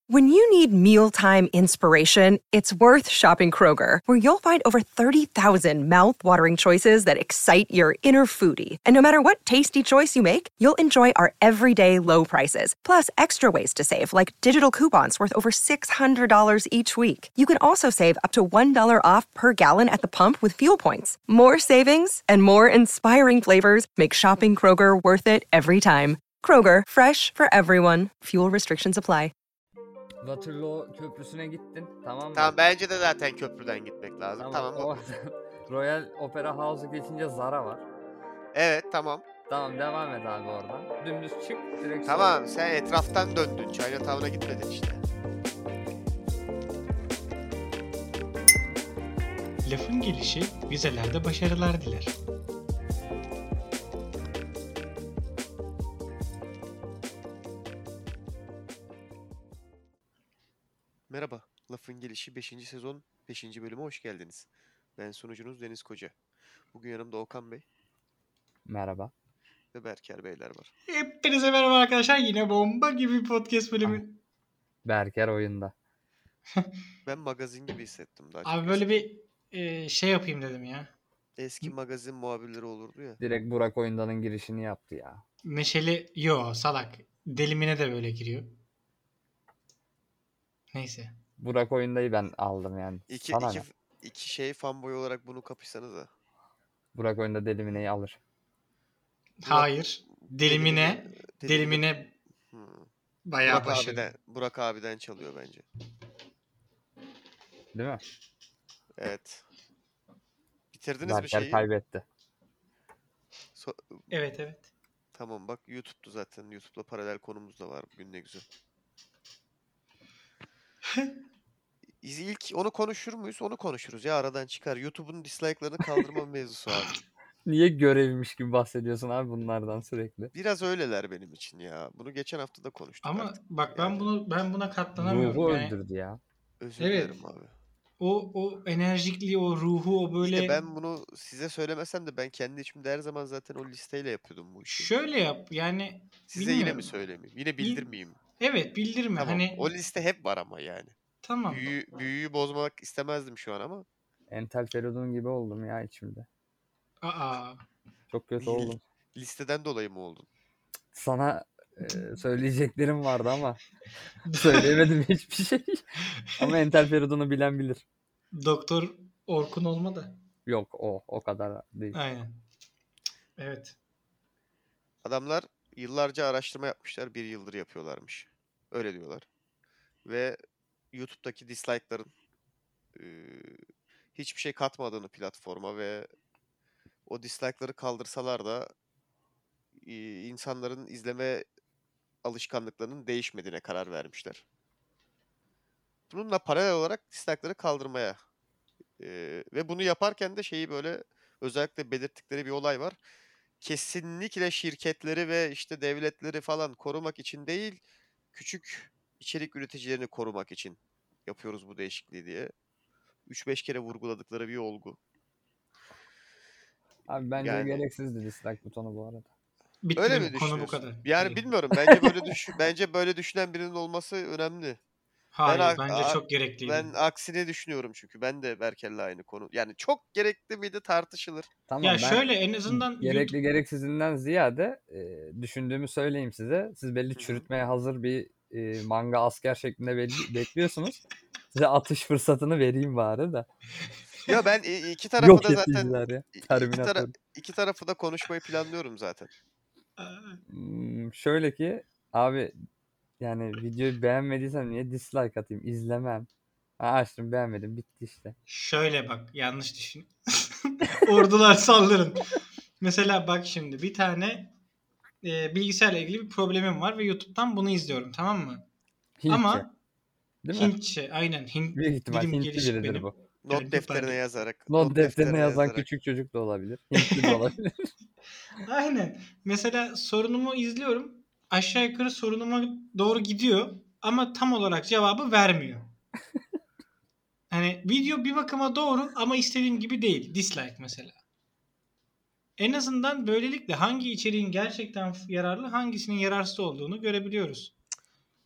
When you need mealtime inspiration, it's worth shopping Kroger, where you'll find over 30,000 mouth-watering choices that excite your inner foodie. And no matter what tasty choice you make, you'll enjoy our everyday low prices, plus extra ways to save, like digital coupons worth over $600 each week. You can also save up to $1 off per gallon at the pump with fuel points. More savings and more inspiring flavors make shopping Kroger worth it every time. Kroger, fresh for everyone. Fuel restrictions apply. Waterloo Köprüsü'ne gittin, tamam mı? Tamam, bence de zaten köprüden gitmek lazım. Tamam. Oradan Royal Opera House'u geçince Zara var. Evet, tamam. Tamam, devam et abi oradan. Dümdüz çık, direkt Tamam, sen etraftan döndün. Chinatown'a gitmedin işte. Lafın gelişi vizelerde başarılar diler. Merhaba, Lafın Gelişi 5. sezon 5. bölüme hoş geldiniz. Ben sunucunuz Deniz Koca. Bugün yanımda Okan Bey Merhaba. ve Berker Beyler var. Hepinize merhaba arkadaşlar. Yine bomba gibi bir podcast bölümü. Berker oyunda. Ben magazin gibi hissettim daha çok. Abi böyle bir şey yapayım dedim ya. Eski magazin muhabirleri olurdu ya. Direkt Burak Oyunda'nın girişini yaptı ya. Neşeli, salak. Delimine de böyle giriyor. Neyse. Burak Oyunda'yı ben aldım yani. İki şey fanboy olarak bunu kapışsanıza. Burak Oyunda Delimine'yi alır. Hayır. Delimine bayağı başarılı. Burak abiden çalıyor bence. Değil mi? Evet. Bitirdiniz mi Berker şeyi? kaybetti. Evet. Tamam, bak YouTube'du zaten. YouTube'la paralel konumuz da var bugün, ne güzel. İlk onu konuşur muyuz? Onu konuşuruz ya, aradan çıkar. YouTube'un dislike'larını kaldırma mevzusu abi. Niye görevmiş gibi bahsediyorsun abi bunlardan sürekli? Biraz öyleler benim için ya. Bunu geçen hafta da konuştuk Ama artık. bak yani. ben buna katlanamıyorum. Ruhu yani, öldürdü ya. Özür Evet. dilerim abi. O enerjikliği, o ruhu, o böyle... İşte ben bunu size söylemesem de ben kendi içimde her zaman zaten o listeyle yapıyordum bu işi. Şöyle yap yani. Size yine mi söylemeyeyim? Yine bildirmeyeyim. Evet, bildirme. Tamam. Hani O liste hep var ama yani. tamam. Büyüyü bozmak istemezdim şu an ama. Entel Feridun gibi oldum ya içimde. Aa. Çok kötü oldum. Listeden dolayı mı oldun? Sana söyleyeceklerim vardı ama söyleyemedim hiçbir şey. Ama Entel Feridun'u bilen bilir. Doktor Orkun olma da. Yok o kadar değil. Aynen. Evet. Adamlar yıllarca araştırma yapmışlar. 1 yıldır yapıyorlarmış. Öyle diyorlar. Ve YouTube'daki dislike'ların hiçbir şey katmadığını platforma ve o dislike'ları kaldırsalar da insanların izleme alışkanlıklarının değişmediğine karar vermişler. Bununla paralel olarak dislike'ları kaldırmaya ve bunu yaparken de şeyi böyle özellikle belirttikleri bir olay var. Kesinlikle şirketleri ve işte devletleri falan korumak için değil, küçük içerik üreticilerini korumak için yapıyoruz bu değişikliği diye 3-5 kere vurguladıkları bir olgu. Abi bence Yani- gereksizdi dislike butonu bu arada. Bitti Öyle mi? mi Konu bu düşünüyorsun? kadar. Yani Değil. bilmiyorum. Bence böyle düşünen birinin olması önemli. Hayır, bence çok gerekliydi. Ben aksine düşünüyorum çünkü. Ben de Berker'le aynı konu. Yani çok gerekli miydi tartışılır. Tamam, Ya ben şöyle en azından gerekli gereksizinden ziyade düşündüğümü söyleyeyim size. Siz belli Hı hı. çürütmeye hazır bir manga asker şeklinde bekliyorsunuz. Size atış fırsatını vereyim bari da. Ya ben iki tarafı Yok da zaten ediciler ya. Terminator. iki tarafı da konuşmayı planlıyorum zaten. Şöyle ki abi yani videoyu beğenmediysem niye dislike atayım? İzlemem. Açtım beğenmedim bitti işte. şöyle bak, yanlış düşün. Ordular saldırın. Mesela bak şimdi bir tane bilgisayarla ilgili bir problemim var ve YouTube'dan bunu izliyorum, tamam mı? Hintçe. Ama Değil mi? Hintçe, aynen. Büyük ihtimal dilim Hintli gelişik biridir benim. bu. Not Yani defterine pardon. yazarak. Not defterine yazan yazarak. küçük çocuk da olabilir. Hintli de olabilir. Aynen. Mesela sorunumu izliyorum. Aşağı yukarı sorunuma doğru gidiyor ama tam olarak cevabı vermiyor. Hani video bir bakıma doğru ama istediğim gibi değil. Dislike mesela. En azından böylelikle hangi içeriğin gerçekten yararlı, hangisinin yararsız olduğunu görebiliyoruz.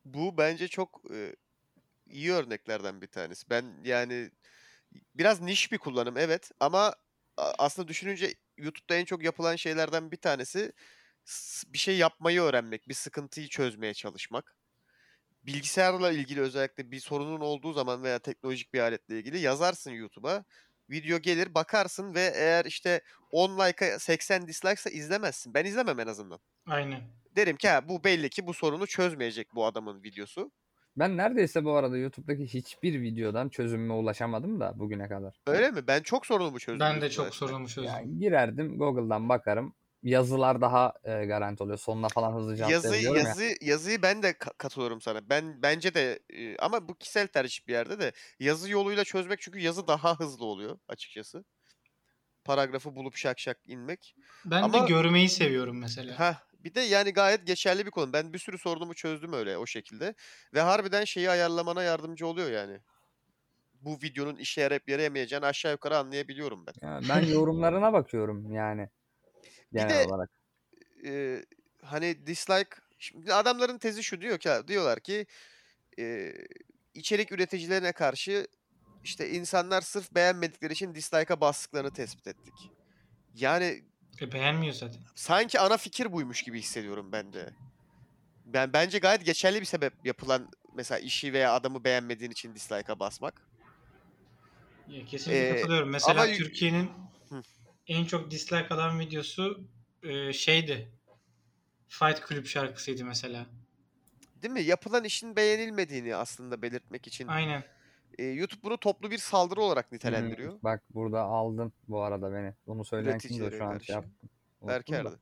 Bu bence çok iyi örneklerden bir tanesi. Ben yani biraz niş bir kullanım evet ama aslında düşününce YouTube'da en çok yapılan şeylerden bir tanesi bir şey yapmayı öğrenmek, bir sıkıntıyı çözmeye çalışmak. Bilgisayarla ilgili özellikle bir sorunun olduğu zaman veya teknolojik bir aletle ilgili yazarsın YouTube'a. Video gelir bakarsın ve eğer işte 10 like'a 80 dislike'sa izlemezsin. Ben izlemem en azından. Aynen. Derim ki ha, bu belli ki bu sorunu çözmeyecek bu adamın videosu. Ben neredeyse bu arada YouTube'daki hiçbir videodan çözümüme ulaşamadım da bugüne kadar. Öyle mi? Ben çok sorunumu çözdüm Ben de YouTube'da çok mesela. sorumu çözdüm. Yani girerdim Google'dan bakarım. Yazılar daha garanti oluyor. Sonuna falan hızlıca atlayabiliyorum ya. Yazıyı ben de katılıyorum sana. Bence de ama bu kişisel tercih bir yerde de yazı yoluyla çözmek çünkü yazı daha hızlı oluyor açıkçası. Paragrafı bulup şak şak inmek. Ben de Ama görmeyi seviyorum mesela. bir de yani gayet geçerli bir konu. Ben bir sürü sorunumu çözdüm öyle o şekilde. Ve harbiden şeyi ayarlamana yardımcı oluyor yani. Bu videonun işe yarayıp yarayamayacağını aşağı yukarı anlayabiliyorum ben. Yani ben yorumlarına bakıyorum yani Bir genel de olarak. hani dislike şimdi adamların tezi şu diyorlar ki içerik üreticilerine karşı işte insanlar sırf beğenmedikleri için dislike'a bastıklarını tespit ettik. Yani Beğenmiyor zaten. sanki ana fikir buymuş gibi hissediyorum ben de. Bence gayet geçerli bir sebep yapılan mesela işi veya adamı beğenmediğin için dislike'a basmak. Ya, kesinlikle Ee, katılıyorum. ama Mesela Türkiye'nin Hı. en çok dislike alan videosu şeydi. Fight Club şarkısıydı mesela. Değil mi? Yapılan işin beğenilmediğini aslında belirtmek için Aynen. YouTube bunu toplu bir saldırı olarak nitelendiriyor Bak burada aldın bu arada beni. Bunu söyleyen kimdi o üreticilere şu an şey karşı. yaptım. Unuttum da. Berker'di.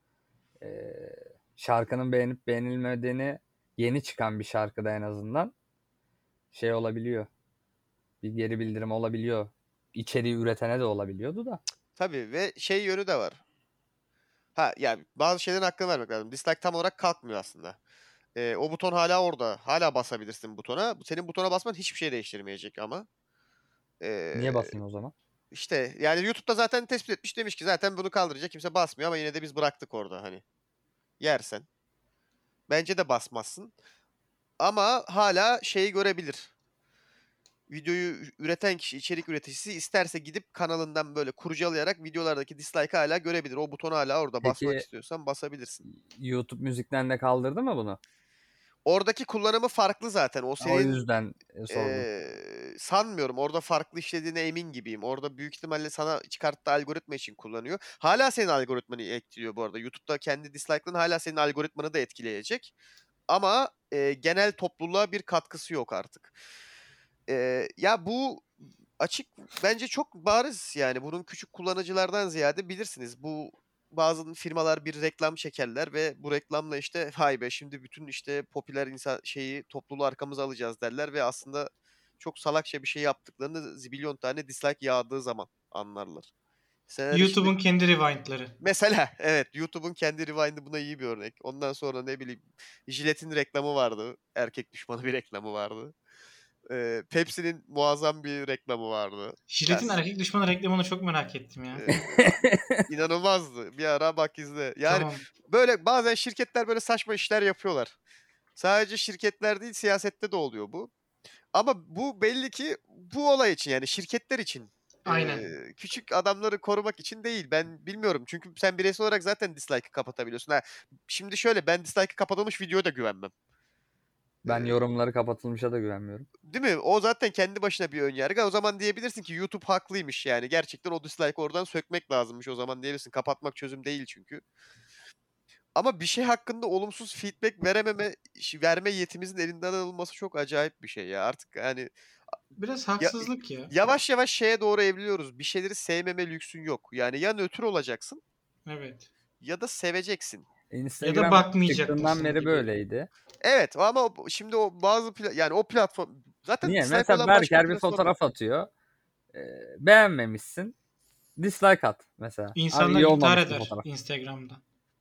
Şarkının beğenip beğenilmediğini yeni çıkan bir şarkıda en azından şey olabiliyor. Bir geri bildirim olabiliyor. İçeriği üretene de olabiliyordu da. Tabii ve şey yönü de var. Yani bazı şeylerin hakkını vermek lazım. Dislike tam olarak kalkmıyor aslında. O buton hala orada. Hala basabilirsin butona. Senin butona basman hiçbir şey değiştirmeyecek ama. Ee, Niye basayım o zaman? işte yani YouTube'da zaten tespit etmiş demiş ki zaten bunu kaldıracak kimse basmıyor ama yine de biz bıraktık orada hani. Yersen. Bence de basmazsın. Ama hala şeyi görebilir. Videoyu üreten kişi, içerik üreticisi isterse gidip kanalından böyle kurcalayarak videolardaki dislike'ı hala görebilir. O buton hala orada. Basmak Peki istiyorsan basabilirsin. YouTube müzikten de kaldırdı mı bunu? Oradaki kullanımı farklı zaten. O O senin yüzden sordum. sanmıyorum. Orada farklı işlediğine emin gibiyim. Orada büyük ihtimalle sana çıkarttığı algoritma için kullanıyor. Hala senin algoritmanı etkiliyor bu arada. YouTube'da kendi dislike'ların hala senin algoritmanı da etkileyecek. Ama genel topluluğa bir katkısı yok artık. Ya bu açık bence çok bariz yani bunun küçük kullanıcılardan ziyade bilirsiniz bu bazı firmalar bir reklam çekerler ve bu reklamla işte hay be şimdi bütün işte popüler insan şeyi topluluğu arkamıza alacağız derler ve aslında çok salakça bir şey yaptıklarını zibilyon tane dislike yağdığı zaman anlarlar. Seneler içinde YouTube'un kendi rewind'ları. mesela evet YouTube'un kendi Rewind'i buna iyi bir örnek. Ondan sonra ne bileyim Gillette'in reklamı vardı. Erkek düşmanı bir reklamı vardı. Pepsi'nin muazzam bir reklamı vardı. Jilet'in erkek düşmanı reklamını çok merak ettim ya. İnanılmazdı. Bir ara bak izle. Yani Tamam. böyle bazen şirketler böyle saçma işler yapıyorlar. Sadece şirketler değil siyasette de oluyor bu. Ama bu belli ki bu olay için yani şirketler için. Aynen. Küçük adamları korumak için değil. Ben bilmiyorum. Çünkü sen bireysel olarak zaten dislike'ı kapatabiliyorsun. Şimdi şöyle ben dislike'ı kapatılmış videoya da güvenmem. Ben Ee, yorumları kapatılmışa da güvenmiyorum. Değil mi? O zaten kendi başına bir önyargı. O zaman diyebilirsin ki YouTube haklıymış yani. Gerçekten o dislike oradan sökmek lazımmış. O zaman diyebilirsin. Kapatmak çözüm değil çünkü. Ama bir şey hakkında olumsuz feedback verme yetimizin elinden alınması çok acayip bir şey ya. Artık yani Biraz ya, haksızlık ya. yavaş yavaş şeye doğru evriliyoruz. Bir şeyleri sevmeme lüksün yok. Yani ya nötr olacaksın Evet. ya da seveceksin. Ya da Instagram bakmayacak çıktığından mısın beri gibi. böyleydi. Evet ama şimdi o bazı yani o platform zaten Niye? dislike Mesela olan başka Berker bir platform yok. fotoğraf atıyor. Beğenmemişsin. Dislike at mesela. Abi İnsanlar iyi intihar olmamış bu eder fotoğraf. Instagram'da.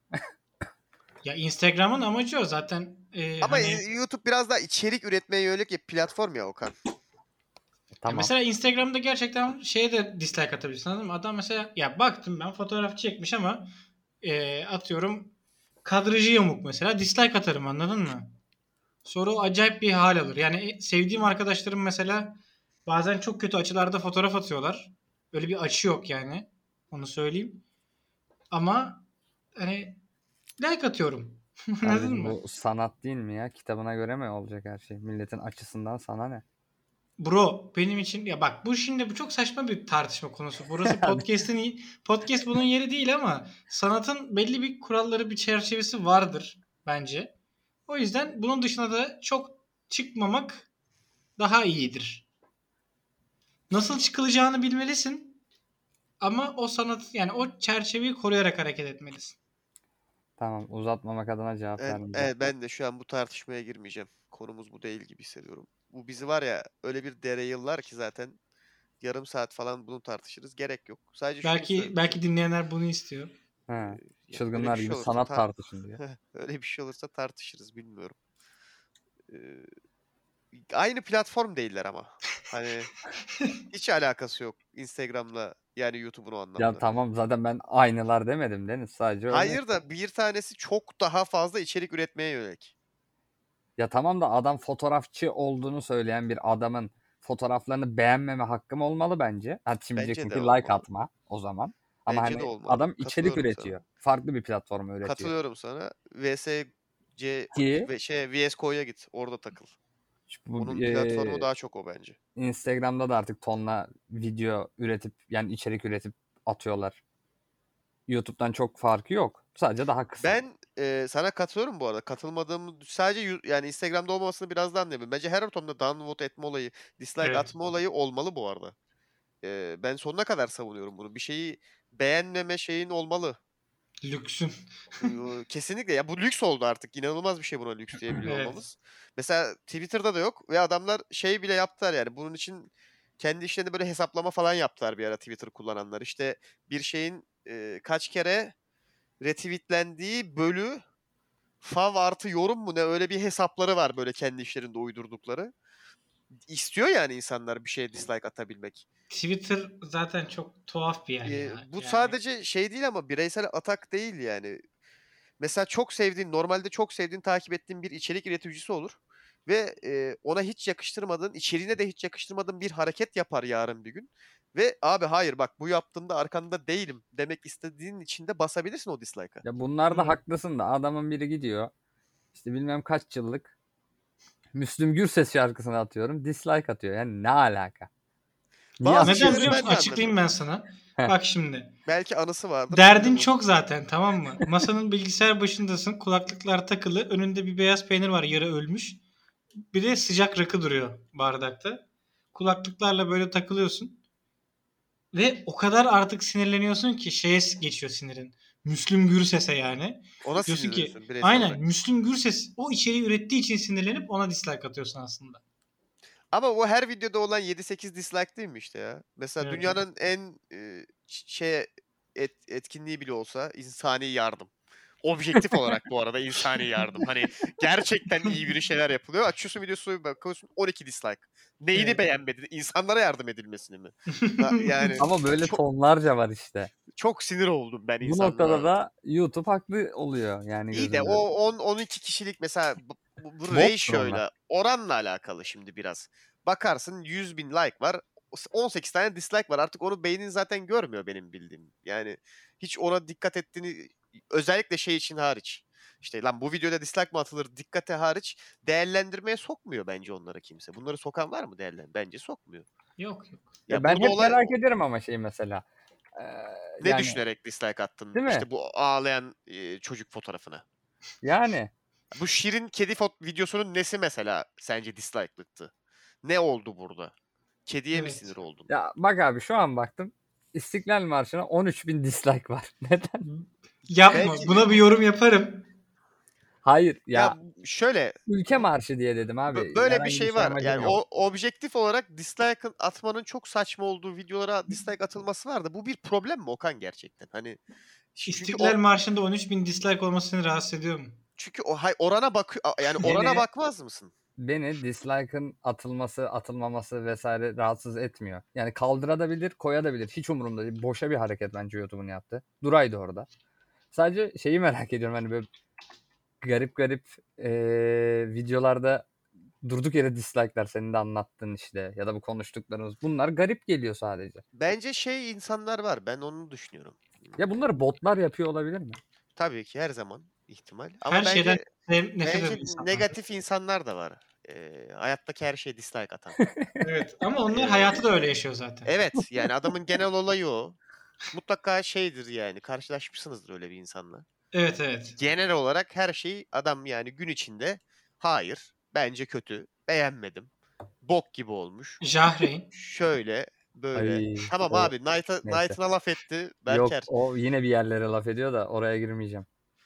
Ya Instagram'ın amacı o zaten. Ama Hani YouTube biraz daha içerik üretmeye yönelik bir platform ya Okan. Tamam. mesela Instagram'da gerçekten şeye de dislike atabilirsin, anladın mı? Adam mesela ya baktım ben fotoğraf çekmiş ama atıyorum kadrajı yamuk mesela dislike atarım, anladın mı? Sonra o acayip bir hal alır. Yani sevdiğim arkadaşlarım mesela bazen çok kötü açılarda fotoğraf atıyorlar. Öyle bir açı yok yani. Onu söyleyeyim. Ama hani like atıyorum. Anladın Kardeşim mı? bu sanat değil mi ya? Kitabına göre mi olacak her şey? Milletin açısından sana ne? Bro benim için ya bak bu çok saçma bir tartışma konusu. Burası podcast bunun yeri değil ama sanatın belli bir kuralları bir çerçevesi vardır bence. O yüzden bunun dışına da çok çıkmamak daha iyidir. Nasıl çıkılacağını bilmelisin ama o sanat yani o çerçeveyi koruyarak hareket etmelisin. Tamam, uzatmamak adına cevap vermeyeceğim. Evet, ben de şu an bu tartışmaya girmeyeceğim. Konumuz bu değil gibi hissediyorum. Bu bizi var ya öyle bir dereyıllar ki zaten yarım saat falan bunu tartışırız. Gerek yok. Sadece şunu söyleyeceğim. Belki dinleyenler bunu istiyor. He, Yani öyle bir çılgınlar şey gibi olursa sanat tartışın diyor. öyle bir şey olursa tartışırız bilmiyorum. Ee, Aynı platform değiller ama. Hani hiç alakası yok Instagram'la yani YouTube'un o Ya anlamda. tamam, zaten ben aynılar demedim Deniz, sadece örnek. Hayır da bir tanesi çok daha fazla içerik üretmeye yönelik. Ya tamam da adam fotoğrafçı olduğunu söyleyen bir adamın fotoğraflarını beğenmeme hakkım olmalı bence. Ha, şimdi Bence diyeceksin de ki like olmalı. atma o zaman. Ama Bence de hani olmalı. adam içerik Katılıyorum sana. üretiyor. Farklı bir platform üretiyor. Katılıyorum sana. VSC Ki VS Code'a git. Orada takıl. bu Onun platformu daha çok o bence. Instagram'da da artık tonla video üretip yani içerik üretip atıyorlar. YouTube'dan çok farkı yok. Sadece daha kısa. Ben sana katılıyorum bu arada. Katılmadığım sadece yani Instagram'da olmamasını biraz da anlayabilirim. Bence her ortamda downvote etme olayı, dislike Evet. atma olayı olmalı bu arada. Ben sonuna kadar savunuyorum bunu. Bir şeyi beğenmeme şeyin olmalı. Lüksün. Kesinlikle ya bu lüks oldu artık. İnanılmaz bir şey buna lüks diyebiliyor Evet. olmamız. Mesela Twitter'da da yok ve adamlar şey bile yaptılar yani bunun için kendi işlerinde böyle hesaplama falan yaptılar bir ara Twitter kullananlar. İşte bir şeyin kaç kere retweetlendiği bölü fav artı yorum mu ne öyle bir hesapları var böyle kendi işlerinde uydurdukları. İstiyor yani insanlar bir şeye dislike atabilmek. Twitter zaten çok tuhaf bir yer ya. Bu Yani sadece şey değil ama bireysel atak değil yani. Mesela çok sevdiğin, normalde çok sevdiğin, takip ettiğin bir içerik üreticisi olur. Ve ona hiç yakıştırmadığın, içeriğine de hiç yakıştırmadığın bir hareket yapar yarın bir gün. Ve abi hayır bak bu yaptığında arkanda değilim demek istediğin için de basabilirsin o dislike'a. Ya bunlar da Evet. haklısın da adamın biri gidiyor. İşte bilmem kaç yıllık Müslüm Gürses şarkısını atıyorum. Dislike atıyor. Yani ne alaka? Niye Bazı neden şeyleri biliyor atıyorsun? musun? ben de Açıklayayım anlamıyorum. ben sana. Heh. Bak şimdi. Belki anısı vardır. Ben de Derdin bu. çok zaten, tamam mı? Masanın bilgisayar başındasın. Kulaklıklar takılı. Önünde bir beyaz peynir var, yarı ölmüş. Bir de sıcak rakı duruyor bardakta. Kulaklıklarla böyle takılıyorsun. Ve o kadar artık sinirleniyorsun ki şeye geçiyor sinirin. Müslüm Gürses'e yani. Ona Diyorsun ki sinirleniyorsun bireysel aynen olarak. Müslüm Gürses o içeriği ürettiği için sinirlenip ona dislike atıyorsun aslında. Ama o her videoda olan 7-8 dislike değil mi işte ya? Mesela Evet. dünyanın en etkinliği bile olsa insani yardım. Objektif olarak bu arada insani yardım. Hani gerçekten iyi bir şeyler yapılıyor. Açıyorsun videosu bakıyorsun 12 dislike. Neyini Evet. beğenmedin? İnsanlara yardım edilmesini mi? Yani Ama böyle çok, tonlarca var işte. çok sinir oldum ben Bu noktada insanlara. da YouTube haklı oluyor yani İyi de gözümde. o 10-12 kişilik mesela bu Bottur ratio'yla oranla alakalı şimdi biraz. Bakarsın 100.000 like var. 18 tane dislike var. Artık onu beynin zaten görmüyor benim bildiğim. Yani hiç ona dikkat ettiğini özellikle şey için hariç. İşte lan bu videoda dislike mi atılır dikkate hariç değerlendirmeye sokmuyor bence onları kimse. Bunları sokan var mı Bence sokmuyor. Yok. Ya Ya ben burada hep olay merak ederim ama şey mesela. ne Yani düşünerek dislike attın? değil mi? İşte bu ağlayan çocuk fotoğrafına. Yani Bu Şirin kedi videosunun nesi mesela sence dislike'lıktı? Ne oldu burada? Kediye mi Evet. sinir oldun? ya bak abi şu an baktım. İstiklal Marşı'na 13.000 dislike var. Neden? Yapma. Belki Buna bir yorum yaparım. Hayır ya ya, şöyle ülke marşı diye dedim abi. böyle bir Herhangi bir şey şey var. amacım Yani yok. o objektif olarak dislike atmanın çok saçma olduğu videolara dislike atılması var da bu bir problem mi Okan gerçekten? Hani çünkü İstiklal Marşı'nda 13.000 dislike olması seni rahatsız ediyor mu? çünkü o orana yani orana Beni bakmaz mısın? beni dislike'ın atılması, atılmaması vesaire rahatsız etmiyor. Yani kaldırabilir, koyabilir. Hiç umurumda değil. Boşa bir hareket bence YouTube'un yaptığı. Duraydı orada. Sadece şeyi merak ediyorum hani böyle garip garip videolarda durduk yere dislike'lar, senin de anlattığın işte ya da bu konuştuklarımız, bunlar garip geliyor sadece. Bence insanlar var. Ben onu düşünüyorum. Ya bunları botlar yapıyor olabilir mi? Tabii ki her zaman ihtimal. Ama Her şeyden nefret bence eden insanlar. negatif insanlar da var. Hayattaki her şeye dislike atan. Evet ama onlar Ee, hayatı da öyle yaşıyor zaten. Evet yani adamın genel olayı o. Mutlaka şeydir yani, karşılaşmışsınızdır öyle bir insanla. Evet. Genel olarak her şeyi adam yani gün içinde hayır, bence kötü, beğenmedim, bok gibi olmuş, Jahreyn. şöyle böyle. Ay, Tamam o abi, neyse. Knight'ına laf etti Yok, Berker. o yine bir yerlere laf ediyor da oraya girmeyeceğim.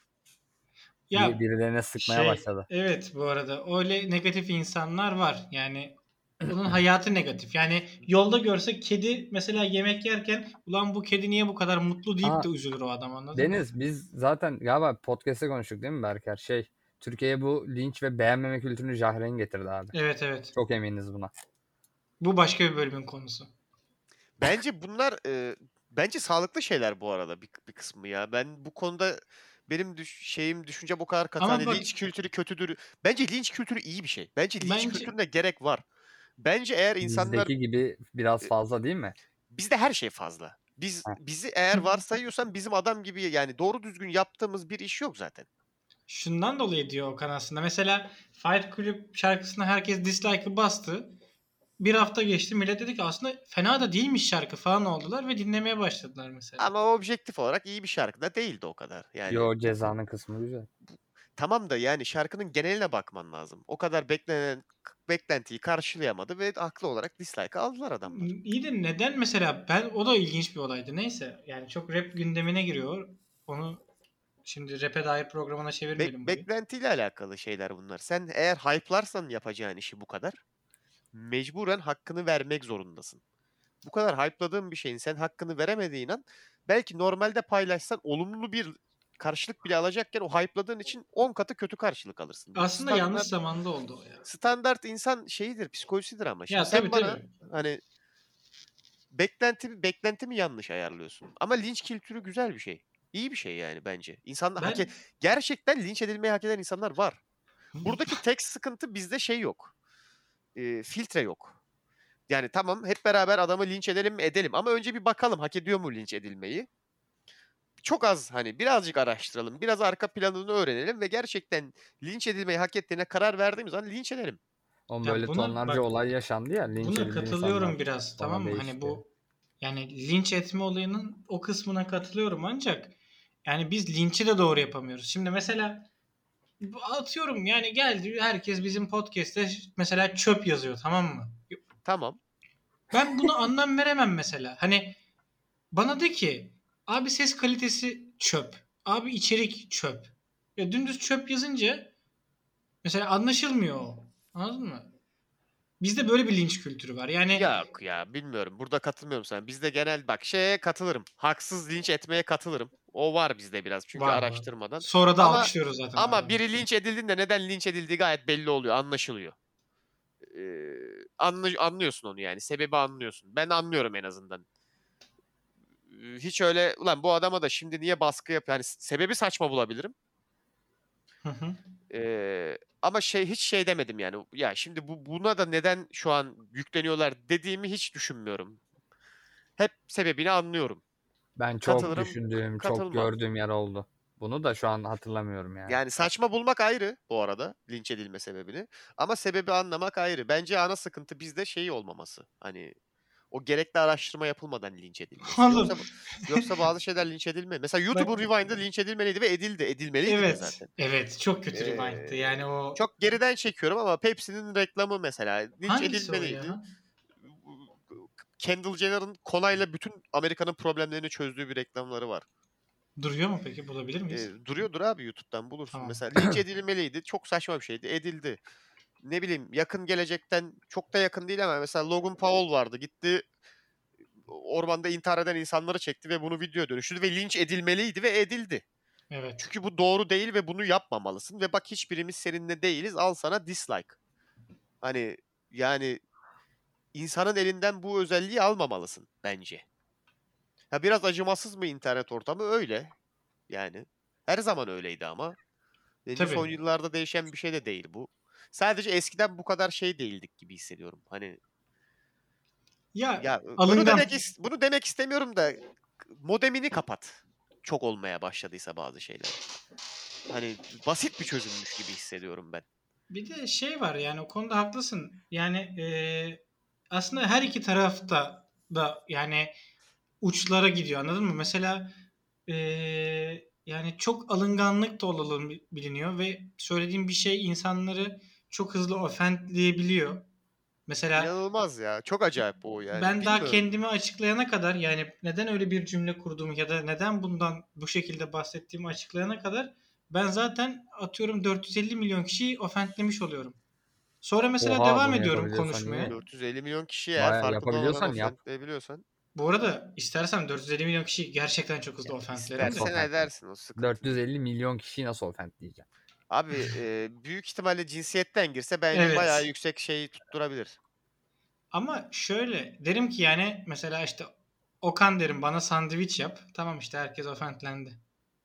Ya Birilerine sıkmaya başladı. evet, bu arada öyle negatif insanlar var. Yani onun hayatı negatif. Yani yolda görse kedi mesela yemek yerken, ulan bu kedi niye bu kadar mutlu deyip de üzülür o adam, anladın mı? Deniz, biz zaten galiba podcast'te konuştuk değil mi Berker? Türkiye'ye bu linç ve beğenmeme kültürünü Jahreyn getirdi abi. Evet. Çok eminiz buna. Bu başka bir bölümün konusu. Bence bunlar bence sağlıklı şeyler bu arada bir kısmı ya. Ben bu konuda benim düşüncem o kadar katı. Ama Hani bak, linç kültürü kötüdür. Bence linç kültürü iyi bir şey. Bence linç Bence- kültürüne gerek var. Bence eğer insanlar Bizdeki gibi biraz fazla değil mi? bizde her şey fazla. Heh. Bizi eğer varsayıyorsan bizim adam gibi yani doğru düzgün yaptığımız bir iş yok zaten. şundan dolayı diyor Okan aslında. Mesela Fight Club şarkısına herkes dislike'ı bastı. Bir hafta geçti, millet dedi ki aslında fena da değilmiş şarkı falan oldular ve dinlemeye başladılar mesela. Ama objektif olarak iyi bir şarkı da değildi o kadar. Yani Yo, Ceza'nın kısmı güzel. tamam da yani şarkının geneline bakman lazım. O kadar beklentiyi karşılayamadı ve haklı olarak dislike aldılar adamlar. İyi de neden mesela, o da ilginç bir olaydı. Neyse, yani çok rap gündemine giriyor. Onu şimdi rap'e dair programına çevirmeyelim burayı. Beklentiyle alakalı şeyler bunlar. Sen eğer hype'larsan yapacağın işi bu kadar, mecburen hakkını vermek zorundasın. Bu kadar hype'ladığın bir şeyin sen hakkını veremediğin an belki normalde paylaşsan olumlu bir karşılık bile alacakken o hype'ladığın için 10 katı kötü karşılık alırsın. Bu Aslında yanlış zamanda oldu o ya. standart insan şeyidir, psikolojisidir ama. Şimdi Ya sen tabii bana hani beklentimi yanlış ayarlıyorsun. Ama linç kültürü güzel bir şey. İyi bir şey yani bence. İnsanlar gerçekten linç edilmeyi hak eden insanlar var. Buradaki tek sıkıntı, bizde şey yok. Filtre yok. Yani tamam, hep beraber adamı linç edelim mi? Edelim. Ama önce bir bakalım hak ediyor mu linç edilmeyi. Çok az hani birazcık araştıralım. Biraz arka planını öğrenelim ve gerçekten linç edilmeyi hak ettiğine karar verdiğimiz zaman linç edelim. Oğlum Ya böyle tonlarca olay yaşandı ya. Linç buna edildi katılıyorum insanlar. biraz, Sonra tamam mı? değişti. Hani bu, yani linç etme olayının o kısmına katılıyorum, ancak yani biz linçi de doğru yapamıyoruz. Şimdi mesela atıyorum, yani geldi herkes bizim podcast'te mesela çöp yazıyor, tamam mı? Tamam. Ben buna anlam veremem mesela. Hani bana de ki abi ses kalitesi çöp. Abi içerik çöp. Ya dümdüz çöp yazınca mesela anlaşılmıyor o. Anladın mı? Bizde böyle bir linç kültürü var. Yani Yok ya, bilmiyorum. Burada katılmıyorum sana. Bizde genel bak şeye katılırım. Haksız linç etmeye katılırım. O var bizde biraz. Çünkü var. araştırmadan. Sonra da Ama alkışlıyoruz zaten. ama biri linç edildiğinde neden linç edildiği gayet belli oluyor. Anlaşılıyor. Anlıyorsun onu yani. Sebebi anlıyorsun. Ben anlıyorum en azından. Hiç öyle ulan bu adama da şimdi niye baskı yapıyor? Yani sebebi saçma bulabilirim. Hı hı. Ama hiç demedim yani. Ya şimdi buna da neden şu an yükleniyorlar dediğimi hiç düşünmüyorum. Hep sebebini anlıyorum. Ben çok Katılırım, düşündüğüm, çok katılmam. gördüğüm yer oldu. Bunu da şu an hatırlamıyorum yani. Yani saçma bulmak ayrı bu arada, linç edilme sebebini. Ama sebebi anlamak ayrı. Bence ana sıkıntı bizde olmaması. Hani o gerekli araştırma yapılmadan linç edilmesi. Oğlum. Yoksa bazı şeyler linç edilme. Mesela YouTuber Rewind'da linç edilmeliydi ve edilmeliydi de zaten. Evet, çok kötü rewind'tı. Yani o Çok geriden çekiyorum ama Pepsi'nin reklamı mesela linç hangisi o edilmeliydi. ya? Kendall Jenner'ın konayla bütün Amerika'nın problemlerini çözdüğü bir reklamları var. Duruyor mu peki? Bulabilir miyiz? Duruyordur abi, YouTube'dan bulursun. Tamam. Mesela linç edilmeliydi. Çok saçma bir şeydi. Edildi. Ne bileyim, yakın gelecekten çok da yakın değil ama mesela Logan Paul vardı. Gitti ormanda intihar eden insanları çekti ve bunu videoya dönüştürdü ve linç edilmeliydi ve edildi. Evet. Çünkü bu doğru değil ve bunu yapmamalısın ve bak hiçbirimiz seninle değiliz. Al sana dislike. Hani yani insanın elinden bu özelliği almamalısın bence. Ya biraz acımasız mı internet ortamı? Öyle. Yani her zaman öyleydi ama. Bence son Tabii. yıllarda değişen bir şey de değil bu. Sadece eskiden bu kadar şey değildik gibi hissediyorum. Hani Ya ya alıngan. bunu demek istemiyorum da modemini kapat. Çok olmaya başladıysa bazı şeyler. Hani basit bir çözümmüş gibi hissediyorum ben. Bir de şey var yani o konuda haklısın. Yani aslında her iki tarafta da yani uçlara gidiyor anladın mı? Mesela yani çok alınganlık da olduğu biliniyor ve söylediğim bir şey insanları çok hızlı ofendleyebiliyor. Mesela İnanılmaz ya. Çok acayip o yani. ben daha Bilmiyorum. kendimi açıklayana kadar yani neden öyle bir cümle kurduğumu ya da neden bundan bu şekilde bahsettiğimi açıklayana kadar ben zaten atıyorum 450 milyon kişiyi ofendlemiş oluyorum. Sonra mesela Oha, devam bunu ediyorum yapabiliyorsan iyi. konuşmaya. 450 milyon kişi eğer Baya farkında olmadan yapabiliyorsan yap. ofendleyebiliyorsan Bu arada istersem 450 milyon kişi gerçekten çok hızlı ya ofendlerim Nasıl de. istersen ofent? edersin, o sıkıntı değil. 450 milyon kişiyi nasıl ofent diyeceğim? Abi büyük ihtimalle cinsiyetten girse bence bayağı Evet. yüksek şeyi tutturabilir. Ama şöyle derim ki yani mesela işte Okan derim bana sandviç yap. Tamam işte herkes ofendlendi.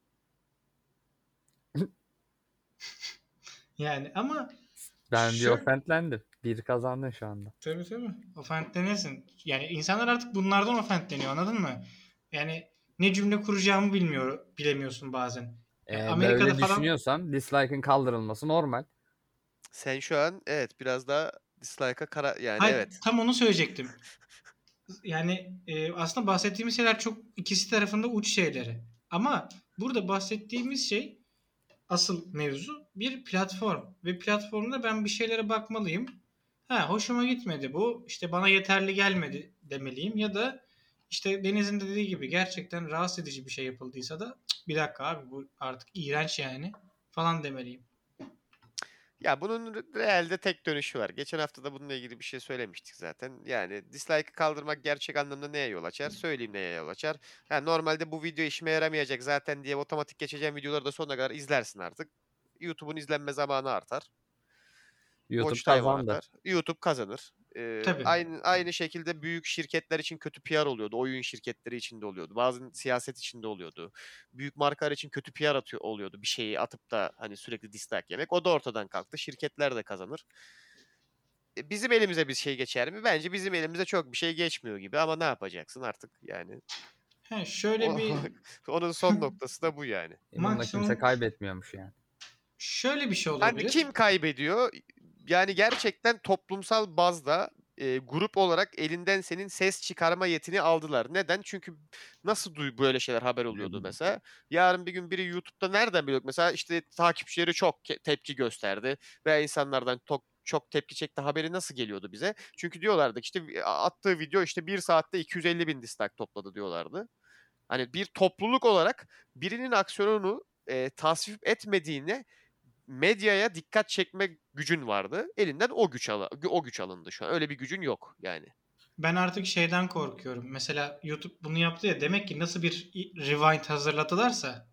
Yani ama Ben bir şöyle ofentlendim. Bir kazandın şu anda. tabii. Ofendlenirsin. Yani insanlar artık bunlardan ofendleniyor anladın mı? Yani ne cümle kuracağımı bilemiyorsun bazen. Ya Amerika'da Böyle falan düşünüyorsan dislike'ın kaldırılması normal. Sen şu an evet biraz daha dislike'a yani hayır evet. tam onu söyleyecektim. Yani aslında bahsettiğimiz şeyler çok ikisi tarafında uç şeyleri. Ama burada bahsettiğimiz şey asıl mevzu bir platform. Ve platformda ben bir şeylere bakmalıyım. Ha hoşuma gitmedi bu. İşte bana yeterli gelmedi demeliyim. Ya da işte Deniz'in dediği gibi gerçekten rahatsız edici bir şey yapıldıysa da "Cık, bir dakika abi bu artık iğrenç yani falan demeliyim. Ya bunun realde tek dönüşü var. Geçen hafta da bununla ilgili bir şey söylemiştik zaten. Yani dislike'ı kaldırmak gerçek anlamda neye yol açar? Söyleyeyim neye yol açar. Ha, normalde bu video işime yaramayacak zaten diye otomatik geçeceğim videoları da sonuna kadar izlersin artık. YouTube'un izlenme zamanı artar. YouTube Watch time kazandı. artar. YouTube kazanır. Tabii. Aynı şekilde büyük şirketler için kötü PR oluyordu. Oyun şirketleri için de oluyordu. Bazı siyaset için de oluyordu. Büyük markalar için kötü PR oluyordu. Bir şeyi atıp da hani sürekli dislike yemek. O da ortadan kalktı. Şirketler de kazanır. Bizim elimize bir şey geçer mi? Bence bizim elimize çok bir şey geçmiyor gibi ama ne yapacaksın artık yani. He, şöyle O- bir Onun son noktası da bu yani. Bunda kimse maksimum kaybetmiyormuş yani. şöyle bir şey Hani olabilir. kim kaybediyor? Yani gerçekten toplumsal bazda grup olarak elinden senin ses çıkarma yetini aldılar. Neden? Çünkü nasıl böyle şeyler haber oluyordu mesela? Yarın bir gün biri YouTube'da nereden biliyor? Mesela işte takipçileri çok tepki gösterdi veya insanlardan çok tepki çekti haberi nasıl geliyordu bize? Çünkü diyorlardı ki işte attığı video işte 1 saatte 250 bin dislike topladı diyorlardı. Hani bir topluluk olarak birinin aksiyonunu tasvip etmediğine medyaya dikkat çekme gücün vardı. Elinden o güç alındı şu an. Öyle bir gücün yok yani. Ben artık şeyden korkuyorum. Mesela YouTube bunu yaptı ya demek ki nasıl bir rewind hazırladılarsa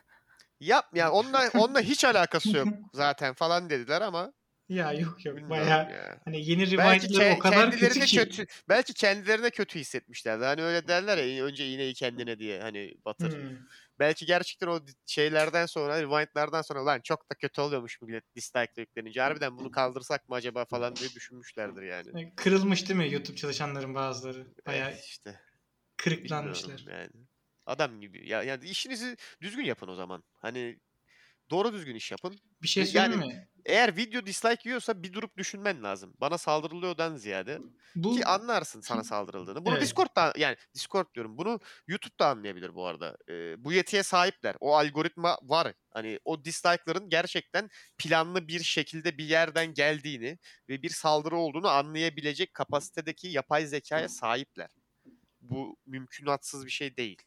Yap yani onunla hiç alakası yok zaten falan dediler ama ya yok bilmiyorum baya ya. hani yeni Belki rewind'ları o kadar kötü ki. belki kendilerine kötü hissetmişlerdi. Hani öyle derler ya önce iğneyi kendine diye hani batır. Hmm. Belki gerçekten o şeylerden sonra, rewind'lardan sonra lan çok da kötü oluyormuş millet dislike yüklenince. Harbiden bunu kaldırsak mı acaba falan diye düşünmüşlerdir yani. Kırılmış değil mi YouTube çalışanların bazıları? Baya İşte bilmiyorum kırıklanmışlar. yani. Adam gibi. Ya yani işinizi düzgün yapın o zaman. Hani doğru düzgün iş yapın. Bir şey söyleyeyim Yani mi? eğer video dislike yiyorsa bir durup düşünmen lazım. Bana saldırılıyordan ziyade ki Bu anlarsın sana saldırıldığını. Bunu evet. Discord'da yani Discord diyorum. Bunu YouTube'da anlayabilir bu arada. Bu yetiye sahipler. O algoritma var. Hani o dislike'ların gerçekten planlı bir şekilde bir yerden geldiğini ve bir saldırı olduğunu anlayabilecek kapasitedeki yapay zekaya sahipler. Bu mümkünatsız bir şey değil.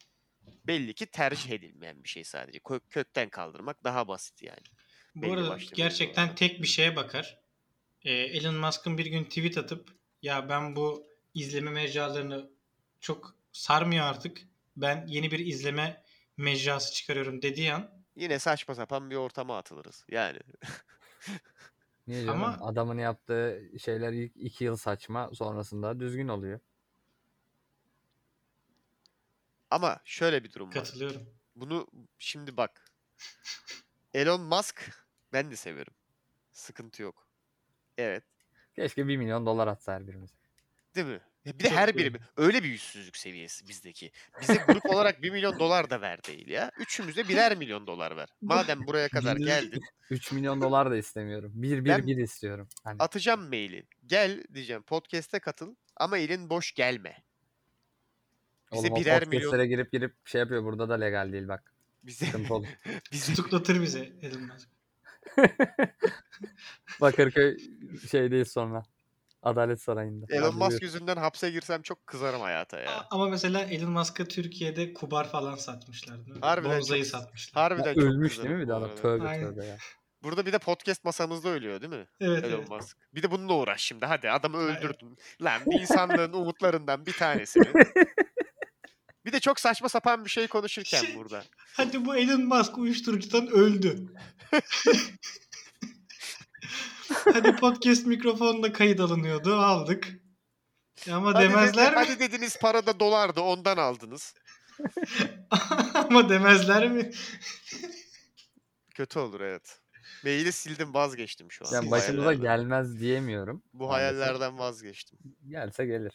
Belli ki tercih edilmeyen bir şey sadece. Kökten kaldırmak daha basit yani. Bu Belli arada başlı gerçekten mevzularda. tek bir şeye bakar. Elon Musk'ın bir gün tweet atıp ya ben bu izleme mecralarını çok sarmıyor artık. Ben yeni bir izleme mecrası çıkarıyorum dediği an Yine saçma sapan bir ortama atılırız. Yani Niye canım? ama Adamın yaptığı şeyler ilk 2 yıl saçma, sonrasında düzgün oluyor. ama şöyle bir durum var. katılıyorum. Bunu şimdi bak. Elon Musk ben de severim. Sıkıntı yok. Evet. Keşke 1 milyon dolar atsa her birimize. Değil mi? Ya bir de Çok her iyi. biri öyle bir yüzsüzlük seviyesi bizdeki. Bize grup olarak 1 milyon dolar da ver değil ya. Üçümüze birer milyon dolar ver. Madem buraya kadar Biz geldin 3 milyon dolar da istemiyorum. 1 Ben- 1 1 istiyorum. Hani atacağım maili. Gel diyeceğim podcast'e katıl ama elin boş gelme. Bize oğlum o birer milyon podcastlere girip şey yapıyor. Burada da legal değil bak. bize Sıkıntı olur. bize Tutuklatır bize Elon Musk. Bakırköy şeydeyiz sonra. Adalet Sarayı'nda. Elon Musk Hallediyoruz. yüzünden hapse girsem çok kızarım hayata ya. Ama mesela Elon Musk'a Türkiye'de kubar falan satmışlar. Değil mi? Harbiden Bonzai çok- satmışlar. Ya Harbiden çok ölmüş değil kızarım mi bir bu de adam? arada. Tövbe Aynen. tövbe ya. Burada bir de podcast masamızda ölüyor değil mi? Evet, Elon evet. Musk. Bir de bununla uğraş şimdi. Hadi adamı Aynen. öldürdün. Lan insanlığın umutlarından bir tanesini. Bir de çok saçma sapan bir şey konuşurken Şey- burada. Hadi bu Elon Musk uyuşturucudan öldü. Hadi podcast mikrofonla kayıt alınıyordu. Aldık. Ama Hadi, demezler mi? hadi dediniz para da dolardı ondan aldınız. Ama demezler mi? Kötü olur evet. Maili sildim vazgeçtim şu an. Yani bu başımıza hayallerden. gelmez diyemiyorum. Bu maalesef. hayallerden vazgeçtim. Gelse gelir.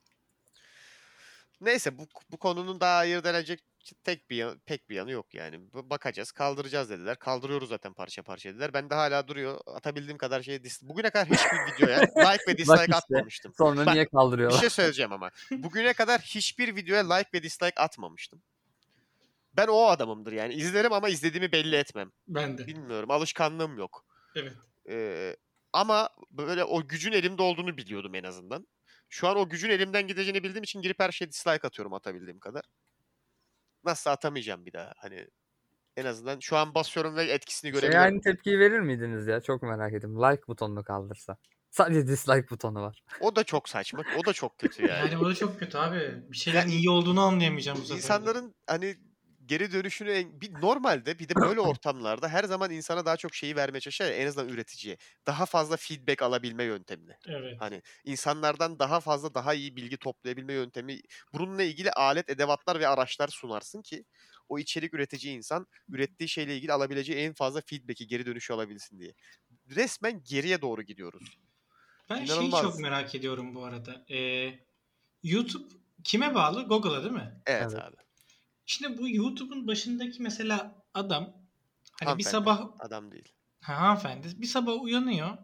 Neyse bu konunun daha hayır denecek pek bir yanı yok yani. Bakacağız, kaldıracağız dediler. Kaldırıyoruz zaten parça parça dediler. Ben de hala duruyor. Atabildiğim kadar bugüne kadar hiçbir videoya like ve dislike işte. atmamıştım. Sonra Bak, niye Bir kaldırıyorlar? şey söyleyeceğim ama. Bugüne kadar hiçbir videoya like ve dislike atmamıştım. Ben o adamımdır yani. İzlerim ama izlediğimi belli etmem. Ben de. Bilmiyorum. Alışkanlığım yok. Evet. Ama böyle o gücün elimde olduğunu biliyordum en azından. Şu an o gücün elimden gideceğini bildiğim için girip her şeye dislike atıyorum atabildiğim kadar. Nasıl atamayacağım bir daha hani en azından şu an basıyorum ve etkisini görebiliyorum. Aynı tepkiyi verir miydiniz ya? Çok merak ettim. Like butonunu kaldırsa. Sadece dislike butonu var. O da çok saçma. O da çok kötü yani. Yani o da çok kötü abi. Bir şeylerin iyi olduğunu anlayamayacağım bu sefer. İnsanların hani geri dönüşünü normalde bir de böyle ortamlarda her zaman insana daha çok şeyi vermeye çalışıyor ya, en azından üreticiye. Daha fazla feedback alabilme yöntemini. Evet. Hani insanlardan daha fazla daha iyi bilgi toplayabilme yöntemi. Bununla ilgili alet, edevatlar ve araçlar sunarsın ki o içerik üretici insan ürettiği şeyle ilgili alabileceği en fazla feedback'i, geri dönüşü alabilsin diye. Resmen geriye doğru gidiyoruz. Ben İnanılmaz. şeyi çok merak ediyorum bu arada. YouTube kime bağlı? Google'a değil mi? Evet, Evet. abi. Şimdi bu YouTube'un başındaki mesela adam hani bir Hanımefendi, sabah adam değil. hanımefendi bir sabah uyanıyor.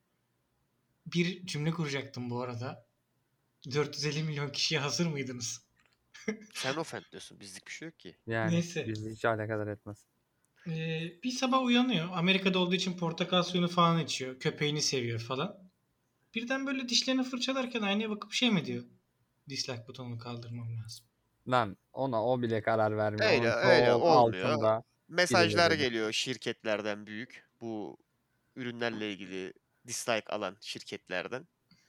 Bir cümle kuracaktım bu arada. 450 milyon kişiye hazır mıydınız? Sen ofent diyorsun. Bizlik bir şey yok ki. Yani Neyse. bizi hiç alakadar etmez. Bir sabah uyanıyor. Amerika'da olduğu için portakal suyunu falan içiyor. Köpeğini seviyor falan. Birden böyle dişlerini fırçalarken aynaya bakıp şey mi diyor? Dislike butonunu kaldırmam lazım. Lan ona o bile karar vermiyor. Öyle Onun öyle çok olmuyor. altında. Mesajlar birileri. geliyor şirketlerden büyük. Bu ürünlerle ilgili dislike alan şirketlerden.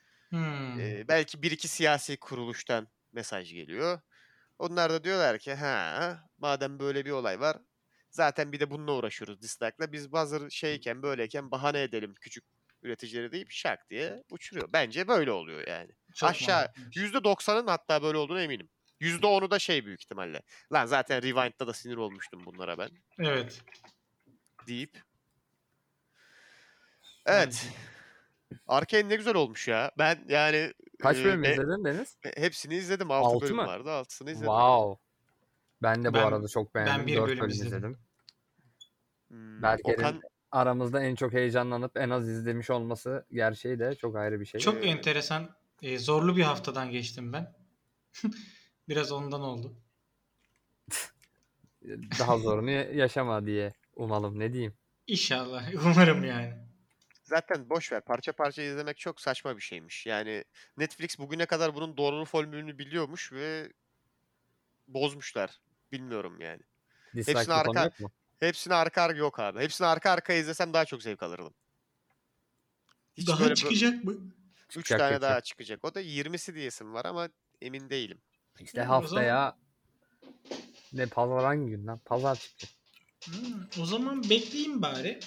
Belki bir iki siyasi kuruluştan mesaj geliyor. Onlar da diyorlar ki madem böyle bir olay var zaten bir de bununla uğraşıyoruz dislike'la. Biz hazır şeyken böyleyken bahane edelim küçük üreticileri deyip şak diye uçuruyor. Bence böyle oluyor yani. Çok Aşağı mantıklıymış. %90'ın hatta böyle olduğuna eminim. %10'u da şey büyük ihtimalle. Lan zaten Rewind'da da sinir olmuştum bunlara ben Evet. deyip. Evet. Arcane ne güzel olmuş ya. Ben yani Kaç bölüm izledin Deniz? hepsini izledim. 6 Altı bölüm mı? vardı. 6'sını izledim. Wow. Ben de bu Ben- arada çok beğendim. ben bir 4 bölüm bölüm izledim. izledim. Berker'in aramızda en çok heyecanlanıp en az izlemiş olması gerçeği de çok ayrı bir şey. Çok enteresan, zorlu bir haftadan geçtim ben. Biraz ondan oldu. Daha zorunu yaşama diye umalım. Ne diyeyim? İnşallah. Umarım yani. Zaten boş ver. Parça parça izlemek çok saçma bir şeymiş. Yani Netflix bugüne kadar bunun doğru formülünü biliyormuş ve bozmuşlar. Bilmiyorum yani. Dislike Hepsini butonu arka yok mu? hepsini arka yok abi. Hepsini arka arkaya izlesem daha çok zevk alırdım. Hiç Daha böyle çıkacak mı? 3 Çıkacak, tane çıkacak. daha çıkacak. O da 20'si diyesim var ama emin değilim. İşte Yani o haftaya ne pazar hangi gün lan? Pazar çıkacak. O zaman bekleyeyim bari.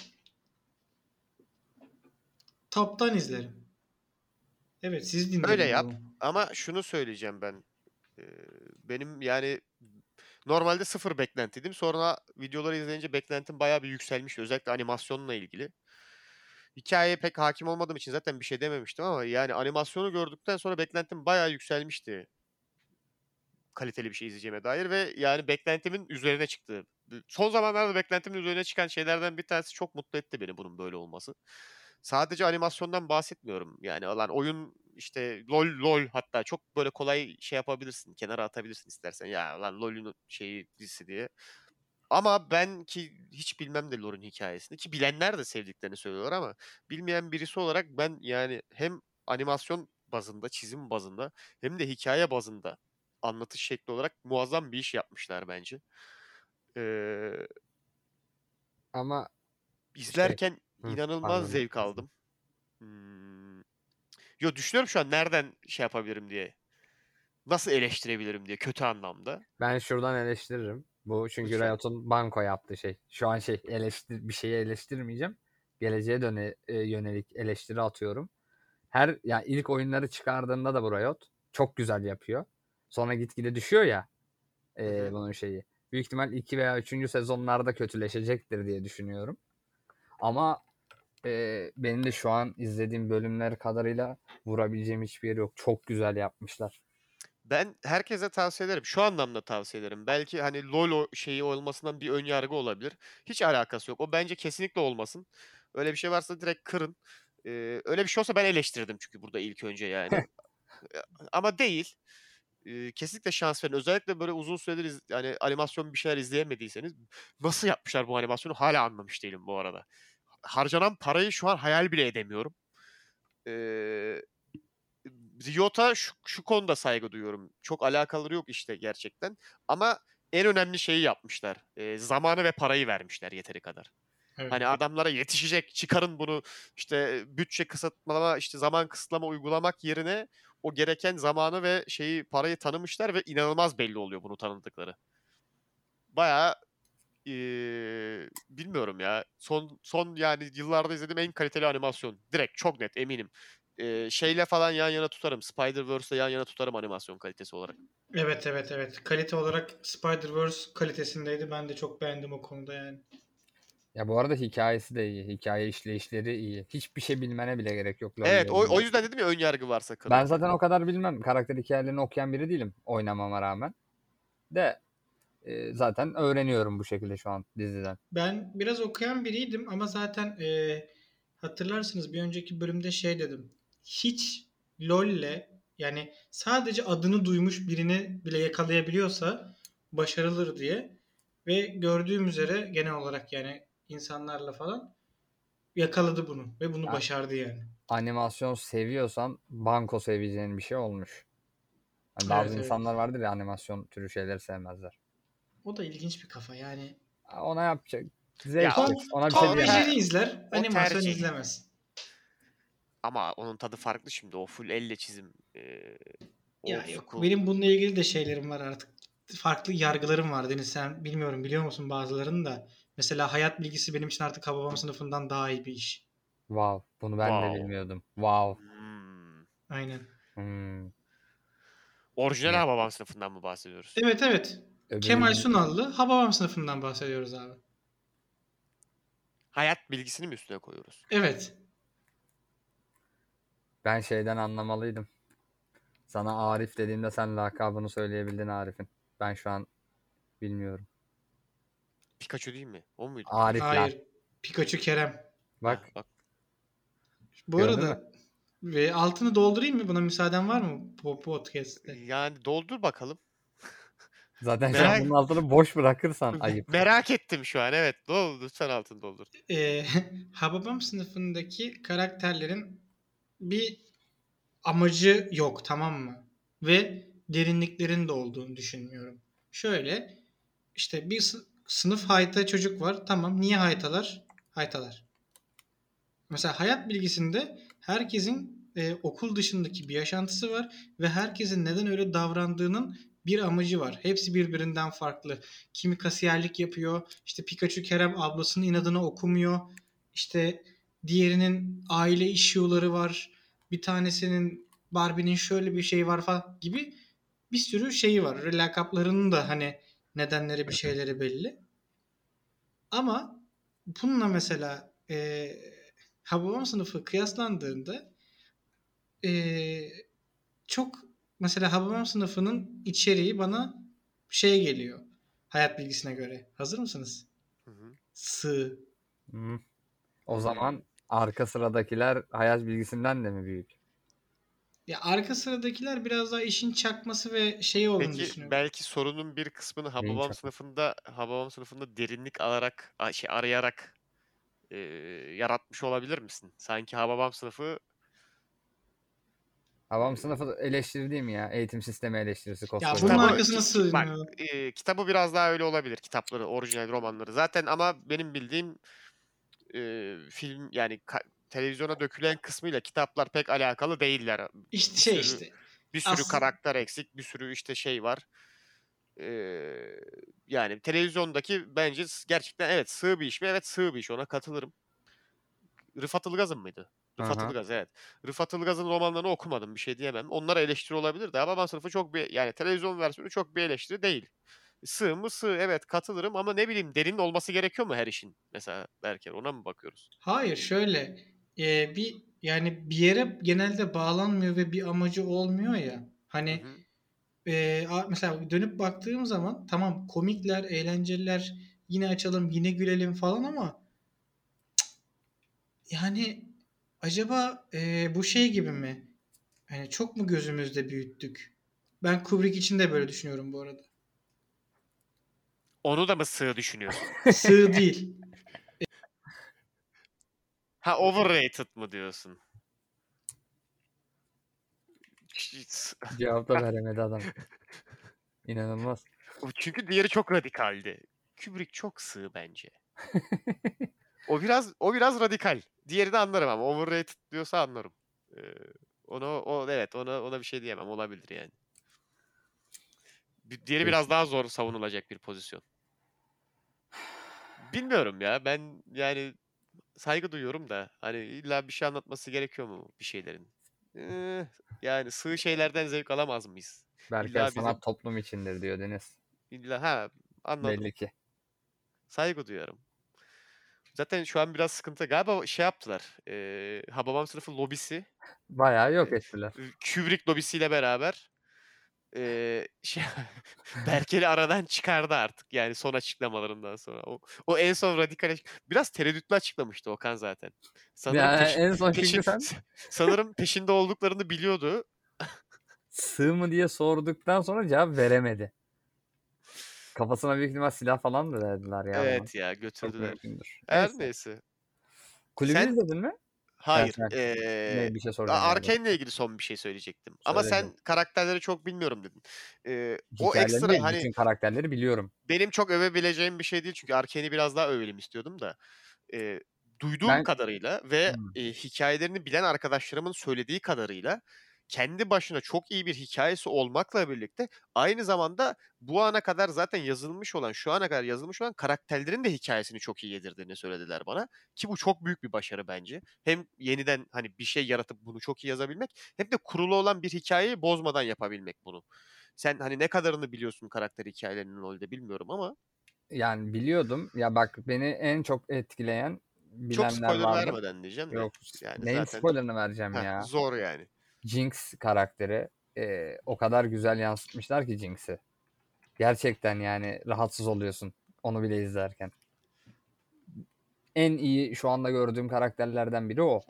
Top'tan izlerim. Evet, siz dinleyin. Öyle o yap. zaman. Ama şunu söyleyeceğim ben. Benim yani Normalde sıfır beklentiydim. Sonra videoları izleyince beklentim bayağı bir yükselmiş. Özellikle animasyonla ilgili. Hikayeye pek hakim olmadığım için zaten bir şey dememiştim ama yani animasyonu gördükten sonra beklentim bayağı yükselmişti. Kaliteli bir şey izleyeceğime dair ve yani beklentimin üzerine çıktı. Son zamanlarda beklentimin üzerine çıkan şeylerden bir tanesi çok mutlu etti beni bunun böyle olması. Sadece animasyondan bahsetmiyorum. Yani lan oyun işte LoL hatta çok böyle kolay şey yapabilirsin. Kenara atabilirsin istersen. Ya lan LoL'ün şeyi dizisi diye. Ama ben ki hiç bilmem de LoL'ün hikayesini ki bilenler de sevdiklerini söylüyorlar ama bilmeyen birisi olarak ben yani hem animasyon bazında, çizim bazında hem de hikaye bazında anlatış şekli olarak muazzam bir iş yapmışlar bence. Ee, Ama izlerken pardon, inanılmaz zevk kesin. aldım. Yo düşünüyorum şu an nereden şey yapabilirim diye. Nasıl eleştirebilirim diye kötü anlamda. Ben şuradan eleştiririm. Bu çünkü Lütfen. Riot'un banko yaptığı şey. Şu an bir şeyi eleştirmeyeceğim. Geleceğe yönelik eleştiri atıyorum. Yani ilk oyunları çıkardığında da bu Riot çok güzel yapıyor. Sonra gitgide düşüyor ya Hı. bunun şeyi. Büyük ihtimal 2 veya 3. sezonlarda kötüleşecektir diye düşünüyorum. Ama benim de şu an izlediğim bölümler kadarıyla vurabileceğim hiçbir yer yok. Çok güzel yapmışlar. Ben herkese tavsiye ederim. Şu anlamda tavsiye ederim. Belki hani LoL şeyi olmasından bir ön yargı olabilir. Hiç alakası yok. O bence kesinlikle olmasın. Öyle bir şey varsa direkt kırın. Öyle bir şey olsa ben eleştirdim çünkü burada ilk önce yani. Ama değil. Kesinlikle şans verin. Özellikle böyle uzun süredir yani animasyon bir şeyler izleyemediyseniz nasıl yapmışlar bu animasyonu hala anlamış değilim bu arada. Harcanan parayı şu an hayal bile edemiyorum. Ee, Riot'a şu konuda saygı duyuyorum. Çok alakaları yok işte gerçekten. Ama en önemli şeyi yapmışlar. Zamanı ve parayı vermişler yeteri kadar. Evet. Hani adamlara yetişecek, çıkarın bunu işte bütçe kısıtlama, işte zaman kısıtlama uygulamak yerine o gereken zamanı ve parayı tanımışlar ve inanılmaz belli oluyor bunu tanıdıkları. Bayağı bilmiyorum ya. Son yani yıllarda izlediğim en kaliteli animasyon. Direkt çok net eminim. Şeyle falan yan yana tutarım. Spider-Verse'le yan yana tutarım animasyon kalitesi olarak. Evet. Kalite olarak Spider-Verse kalitesindeydi. Ben de çok beğendim o konuda yani. Ya bu arada hikayesi de iyi. Hikaye işleyişleri iyi. Hiçbir şey bilmene bile gerek yok LoL'le Evet o ilgili. yüzden dedim ya ön yargı varsa kırın. Ben zaten o kadar bilmem. Karakter hikayelerini okuyan biri değilim oynamama rağmen. De zaten öğreniyorum bu şekilde şu an diziden. Ben biraz okuyan biriydim ama zaten hatırlarsınız bir önceki bölümde şey dedim. Hiç LoL'le yani sadece adını duymuş birini bile yakalayabiliyorsa başarılıdır diye ve gördüğüm üzere genel olarak yani insanlarla falan yakaladı bunu ve bunu Ya, başardı yani. animasyon seviyorsan banko seveceğin bir şey olmuş. Hani bazı Evet. insanlar vardır ya animasyon türü şeyleri sevmezler. O da ilginç bir kafa yani. Ona yapacak Ya zevktir. Ona bir şey Tom ve diyemem. Jerry izler, o animasyon tercih. izlemez. Ama onun tadı farklı şimdi. O full elle çizim. Ya Old yok. school. Benim bununla ilgili de şeylerim var artık. Farklı yargılarım var Deniz. Sen bilmiyorum biliyor musun bazılarını da. Mesela hayat bilgisi benim için artık Hababam sınıfından daha iyi bir iş. Wow. Bunu ben de Wow. bilmiyordum. Wow. Aynen. Orijinal Evet. Hababam sınıfından mı bahsediyoruz? Evet. Kemal Sunallı Hababam sınıfından bahsediyoruz abi. Hayat bilgisini mi üstüne koyuyoruz? Evet. Ben şeyden anlamalıydım. Sana Arif dediğimde sen lakabını söyleyebildin Arif'in. Ben şu an bilmiyorum. Pikachu değil mi? O muydu? Arif lan. Hayır. Pikachu Kerem. Bak. Bak. Bu Gördün arada ve altını doldurayım mı? Buna müsaaden var mı bu podcast'te? Yani doldur bakalım. Zaten şu an bunun altını boş bırakırsan ayıp. Merak ettim şu an. Evet. Doldur. Lütfen altını doldur. Hababam sınıfındaki karakterlerin bir amacı yok, tamam mı? Ve derinliklerin de olduğunu düşünmüyorum. Şöyle işte bir sınıf hayta çocuk var. Tamam, niye haytalar? Haytalar. Mesela hayat bilgisinde herkesin okul dışındaki bir yaşantısı var ve herkesin neden öyle davrandığının bir amacı var. Hepsi birbirinden farklı. Kimi kasiyerlik yapıyor. İşte Pikachu Kerem ablasının inadına okumuyor. İşte diğerinin aile iş yolları var. Bir tanesinin Barbie'nin şöyle bir şey var falan gibi bir sürü şeyi var. Lakaplarının da hani Nedenleri bir şeyleri belli. Ama bununla mesela Hababam Sınıfı kıyaslandığında çok mesela Hababam Sınıfı'nın içeriği bana şey geliyor. Hayat bilgisine göre. Hazır mısınız? Hı hı. Sığ. O zaman arka sıradakiler hayat bilgisinden de mi büyük? Ya arka sıradakiler biraz daha işin çakması ve şeyi olduğunu Peki düşünüyorum. belki sorunun bir kısmını Neyin Hababam çakması? sınıfında derinlik alarak arayarak yaratmış olabilir misin? Sanki Hababam sınıfı Hababam Sınıfı eleştiri değil mi ya? Eğitim sistemi eleştirisi Ya koskoca. bunun kitabı arkasına bak sığınıyor. kitabı biraz daha öyle olabilir, kitapları, orijinal romanları. Zaten ama benim bildiğim film yani televizyona dökülen kısmıyla kitaplar pek alakalı değiller. İşte Bir şey sürü işte. bir sürü Aslında karakter eksik, bir sürü işte şey var. Yani televizyondaki bence gerçekten evet sığ bir iş mi? Evet sığ bir iş. Ona katılırım. Rıfat Ilgaz'ın mıydı? Hı Rıfat hı. Ilgaz evet. Rıfat Ilgaz'ın romanlarını okumadım. Bir şey diyemem. Onlara eleştiri olabilir de Hababam sınıfı çok bir yani televizyon versiyonu çok bir eleştiri değil. Sığ mı? Sığ. Evet katılırım ama ne bileyim derin olması gerekiyor mu her işin? Mesela Berker ona mı bakıyoruz? hayır şöyle bir yani bir yere genelde bağlanmıyor ve bir amacı olmuyor ya. Hı Hani hı. mesela dönüp baktığım zaman tamam komikler, eğlenceliler yine açalım yine gülelim falan ama yani acaba bu şey gibi mi? Yani çok mu gözümüzde büyüttük? Ben Kubrick için de böyle düşünüyorum bu arada. Onu da mı sığ düşünüyorsun? Sığ değil. Ha overrated mı diyorsun? Cevap da veremedi adam. İnanılmaz. Çünkü diğeri çok radikaldi. Kubrick çok sığ bence. O biraz radikal. Diğerini anlarım ama overrated diyorsa anlarım. Ee, evet ona bir şey diyemem. Olabilir yani. Diğeri biraz daha zor savunulacak bir pozisyon. Bilmiyorum ya. Ben yani saygı duyuyorum da hani illa bir şey anlatması gerekiyor mu bir şeylerin? Yani sığ şeylerden zevk alamaz mıyız? Berker İlla bize sanat toplum içindir diyor Deniz. illa anladım. Belli ki. Saygı duyuyorum. Zaten şu an biraz sıkıntı. Galiba şey yaptılar. Hababam sınıfı lobisi Bayağı yok e, ettiler. Kubrick lobisiyle beraber şey Berkel'i aradan çıkardı artık. Yani son açıklamalarından sonra. O en son radikal biraz tereddütlü açıklamıştı Okan zaten. Sanırım Yani peşin, en son peşin çünkü sen sanırım peşinde olduklarını biliyordu. sığ mı diye sorduktan sonra cevap veremedi. Kafasına büyük ihtimal silah falan da verdiler ya bunun. Evet ya Çok götürdüler. mümkündür. Her Neyse. neyse. Kulübü Sen izledin mi? hayır. Berker. Ne bir şey soracağım galiba. Arkane'le ilgili son bir şey söyleyecektim. Ama Söyleyeceğim. sen karakterleri çok bilmiyorum dedin. O Hikayelerini ekstra değil, hani bütün karakterleri biliyorum. benim çok övebileceğim bir şey değil çünkü Arkane'i biraz daha övelim istiyordum da. Eee, duyduğum Ben kadarıyla ve hmm, hikâyelerini bilen arkadaşlarımın söylediği kadarıyla kendi başına çok iyi bir hikâyesi olmakla birlikte aynı zamanda bu ana kadar zaten yazılmış olan, şu ana kadar yazılmış olan karakterlerin de hikâyesini çok iyi yedirdiğini söylediler bana ki bu çok büyük bir başarı bence. Hem yeniden, hani, bir şey yaratıp bunu çok iyi yazabilmek hem de kurulu olan bir hikâyeyi bozmadan yapabilmek bunu. Sen, hani, ne kadarını biliyorsun karakter hikâyelerinin LoL'de bilmiyorum ama yani biliyordum. Ya bak beni en çok etkileyen çok bilenler spoiler vardır. vermeden diyeceğim de Yok yani neyin zaten spoilerını vereceğim ya. zor yani. Jinx karakteri o kadar güzel yansıtmışlar ki Jinx'i. Gerçekten yani rahatsız oluyorsun onu bile izlerken. En iyi şu anda gördüğüm karakterlerden biri o.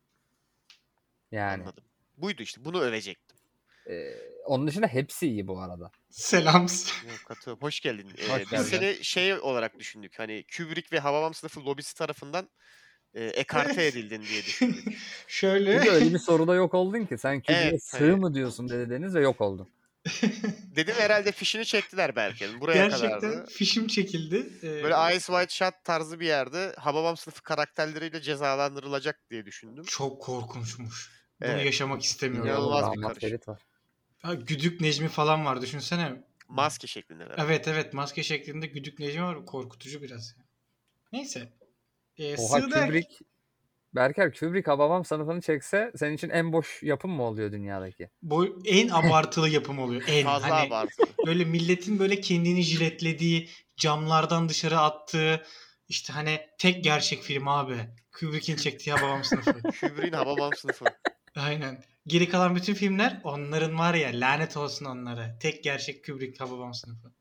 Yani Anladım. Buydu işte. Bunu övecektim. onun dışında hepsi iyi bu arada. Selam. Yok katılıyorum. Hoş geldin. Hoş Biz geldin. seni şey olarak düşündük. Hani Kubrick ve Hababam sınıfı lobisi tarafından ekarte Evet. edildin diye düşündük. Bir Şöyle de öyle bir soruda yok oldun ki. Sen Evet Kubrick'e sığ hani mı diyorsun dedi Deniz ve yok oldun. dedim herhalde fişini çektiler Berke'nin. Buraya gerçekten kadardı. fişim çekildi. Böyle Ice White Shot tarzı bir yerde Hababam sınıfı karakterleriyle cezalandırılacak diye düşündüm. Çok korkunçmuş. Bunu Evet. yaşamak istemiyorum. Oğlum İnanılmaz bir Rahmat karışım. Ferit var. Ha, Güdük Necmi falan var düşünsene. Maske şeklinde veren. Evet evet maske şeklinde Güdük Necmi var. Korkutucu biraz. Neyse. Oha Sığ der. Kubrick Berker, Kubrick Hababam sınıfını çekse senin için en boş yapım mı oluyor dünyadaki? Bu en abartılı yapım oluyor. En Fazla hani abartılı. böyle milletin böyle kendini jiletlediği, camlardan dışarı attığı, işte hani tek gerçek film abi. Kubrick'in çektiği Hababam sınıfı. Kubrick'in Hababam sınıfı. Aynen. Geri kalan bütün filmler onların var ya, lanet olsun onlara. Tek gerçek Kubrick Hababam sınıfı.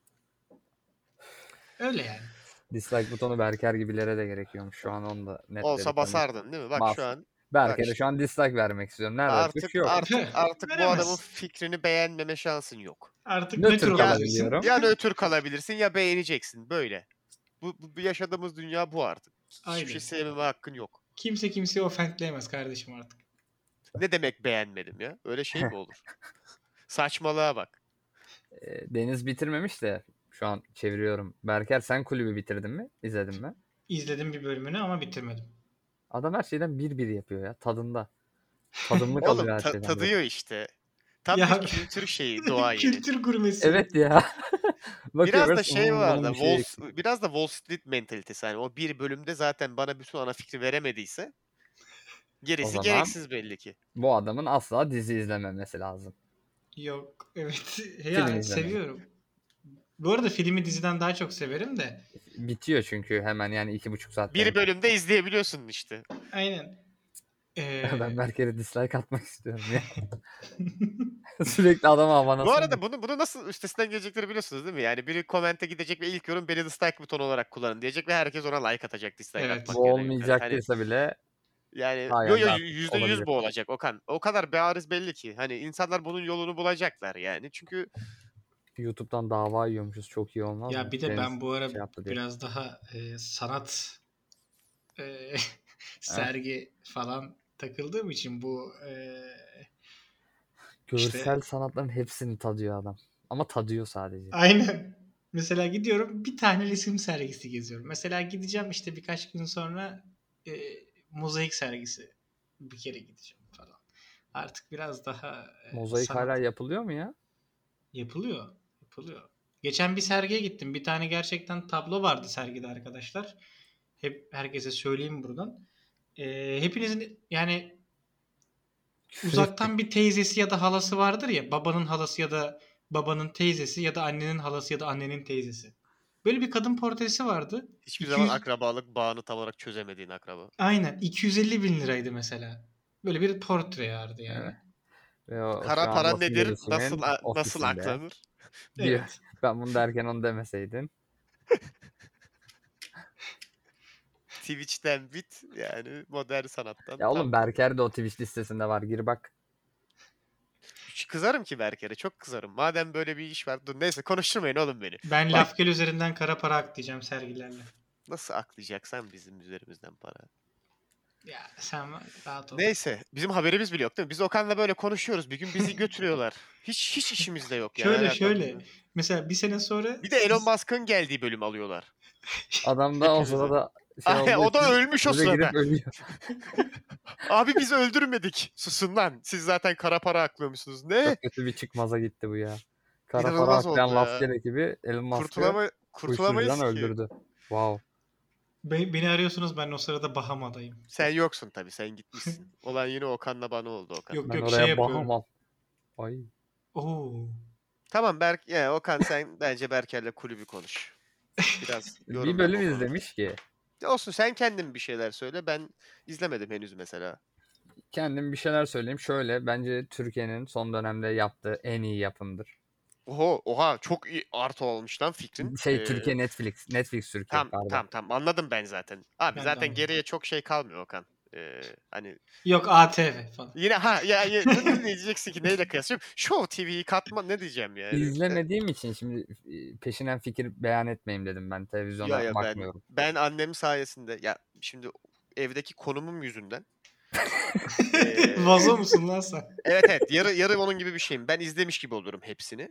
Öyle yani. Dislike butonu Berker gibilere de gerekiyormuş. Şu an onu da netledik. Olsa basardın değil mi? Bak Bas. şu an Berker'e işte. şu an dislike vermek istiyorum. Nerede suç yok. Artık bu Veremez. adamın fikrini beğenmeme şansın yok. Artık Nötr nötr kalabiliyorum. olabilirsin. Ya nötr kalabilirsin ya beğeneceksin böyle. Bu yaşadığımız dünya bu artık. Hiçbir Aynen. şey sevmeme hakkın yok. Kimse kimseyi ofentleyemez kardeşim artık. Ne demek beğenmedim ya? Öyle şey mi olur? Saçmalığa bak. Deniz bitirmemiş de şu an çeviriyorum. Berker, sen kulübü bitirdin mi? İzledin mi? İzledim bir bölümünü ama bitirmedim. Adam her şeyden bir yapıyor ya. Tadında. Tadımlık Oğlum alıyor her şeyden. tadıyor işte. Tam Ya- bir kültür şeyi, doğa yeri. Kültür gurmesi. Evet ya. Biraz da Bakıyoruz, şey bunun var da bir şey eksik. biraz da Wall Street mentalitesi. Hani o bir bölümde zaten bana bütün ana fikri veremediyse gerisi zaman- gereksiz belli ki. Bu adamın asla dizi izlememesi lazım. Yok evet. Film Ya izlemeyi. seviyorum. Bu arada filmi diziden daha çok severim de. Bitiyor çünkü hemen, yani 2,5 saat. Bir bölümde izleyebiliyorsun işte. Aynen. Ben Berker'e dislike atmak istiyorum ya. Sürekli adama havana Bu arada bunu nasıl üstesinden gelecekleri biliyorsunuz değil mi? Yani biri komente gidecek ve ilk yorum beni dislike butonu olarak kullanın diyecek ve herkes ona like atacak dislike Evet. atmak bu yerine. olmayacaktıysa bile Yani Hayır, yo ben- %100 olabilir. bu olacak Okan. O kadar bariz belli ki. Hani insanlar bunun yolunu bulacaklar yani. Çünkü YouTube'dan dava yiyormuşuz. Çok iyi olmaz mı? Ya bir de Deniz ben bu ara şey yaptı diye. biraz daha sanat sergi falan takıldığım için bu Görsel sanatların hepsini tadıyor adam. Ama tadıyor sadece. aynen. Mesela gidiyorum bir tane resim sergisi geziyorum. Mesela gideceğim işte birkaç gün sonra mozaik sergisi bir kere gideceğim falan. Artık biraz daha Mozaik sanat hala yapılıyor mu ya? yapılıyor. Yapılıyor. Geçen bir sergiye gittim. Bir tane gerçekten tablo vardı sergide arkadaşlar. Hep herkese söyleyeyim buradan. Hepinizin yani uzaktan bir teyzesi ya da halası vardır ya. Babanın halası ya da babanın teyzesi ya da annenin halası ya da annenin teyzesi. Böyle bir kadın portresi vardı. hiçbir 200 zaman akrabalık bağını tam olarak çözemediğin akraba. Aynen 250 bin liraydı mesela. Böyle bir portre vardı yani. Evet. Ve o Kara şu an para basın nedir? iletişimin Nasıl ofisinde aklanır? diyor. Evet. Ben bunu derken onu demeseydin. Twitch'ten bit yani modern sanattan. Ya oğlum, tam. Berker de o Twitch listesinde var. Gir bak. Kızarım ki Berker'e. Çok kızarım. Madem böyle bir iş var. Dur neyse konuşturmayın oğlum beni. Ben Bak. Lafgel üzerinden kara para aklayacağım sergilerle. Nasıl aklayacaksan bizim üzerimizden para. Ya sen rahat ol. Neyse. Bizim haberimiz bile yok değil mi? Biz Okan'la böyle konuşuyoruz. Bir gün bizi götürüyorlar. Hiç işimiz de yok yani. Şöyle. Mesela bir sene sonra Bir de Elon Musk'ın geldiği bölüm alıyorlar. Adam da o Hepimize. sırada O da ölmüş o bize sırada. girip ölüyor. Abi bizi öldürmedik. Susun lan. Siz zaten kara para aklıyormuşsunuz. Ne? Çok kötü bir çıkmaza gitti bu ya. Kara para İnanılmaz oldu aklayan ya. Lafgel ekibi Elon Musk'ı Kurtulamayız uyuşturucudan ki. öldürdü. Wow. beni arıyorsunuz, ben o sırada Bahama'dayım. Sen yoksun tabii. Sen gitmişsin. Olan yine Okan'la bana oldu Okan. Yok Ben yok oraya şey yapıyorum. bakamam. Ay. Oo. Tamam Okan sen bence Berker'le kulübü konuş. Biraz yorum Bir yap bölüm o konuda. izlemiş ki. Olsun sen kendin bir şeyler söyle. Ben izlemedim henüz mesela. Kendim bir şeyler söyleyeyim. Şöyle, bence Türkiye'nin son dönemde yaptığı en iyi yapımdır. Oha çok iyi artı olmuş lan fikrin. Türkiye Netflix Türkiye. Tamam anladım ben zaten. Abi Ben de zaten anladım. geriye çok şey kalmıyor Okan. Hani Yok ATV falan. yine ne diyeceksin ki neyle kıyaslıyorum? Show TV'yi katma ne diyeceğim yani. İzlemediğim için şimdi peşinden fikir beyan etmeyeyim dedim, ben televizyona Ya bakmıyorum. ben annem sayesinde ya şimdi evdeki konumum yüzünden. Vazo musun lan sen? Evet yarı onun gibi bir şeyim. Ben izlemiş gibi olurum hepsini.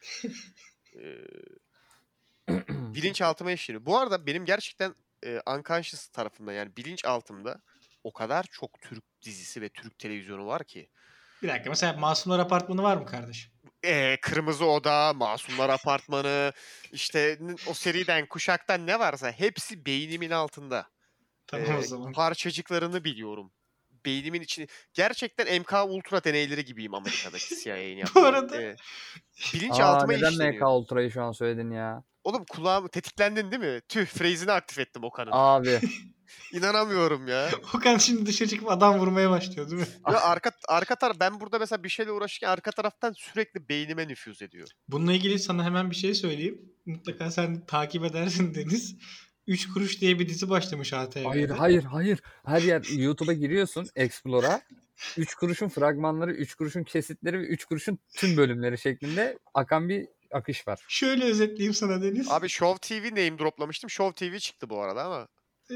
Bilinçaltıma işliyor. Bu arada benim gerçekten unconscious tarafımda yani bilinçaltımda o kadar çok Türk dizisi ve Türk televizyonu var ki. Bir dakika, mesela Masumlar Apartmanı var mı kardeşim? Kırmızı Oda, Masumlar Apartmanı, işte o seriden, kuşaktan ne varsa hepsi beynimin altında. Tamam o zaman. parçacıklarını biliyorum. Beynimin içini gerçekten MK Ultra deneyleri gibiyim Amerika'daki CIA'nin yaptığı. Bu arada Bilinçaltıma Neden MK işleniyor. Ultra'yı şu an söyledin ya? Oğlum kulağımı tetiklendin değil mi? Tüh, phrase'ini aktif ettim Okan'ın. Abi. İnanamıyorum ya. Okan şimdi dışarı çıkıp adam vurmaya başlıyor değil mi? Ya arka taraf, ben burada mesela bir şeyle uğraşırken arka taraftan sürekli beynime nüfuz ediyor. Bununla ilgili sana hemen bir şey söyleyeyim. Mutlaka sen takip edersin Deniz. 3 Kuruş diye bir dizi başlamış ATV'de. Hayır. Her yer YouTube'a giriyorsun Explore'a. 3 kuruşun fragmanları, 3 kuruşun kesitleri ve 3 kuruşun tüm bölümleri şeklinde akan bir akış var. Şöyle özetleyeyim sana Deniz. Abi Show TV name droplamıştım. Show TV çıktı bu arada ama. Ee,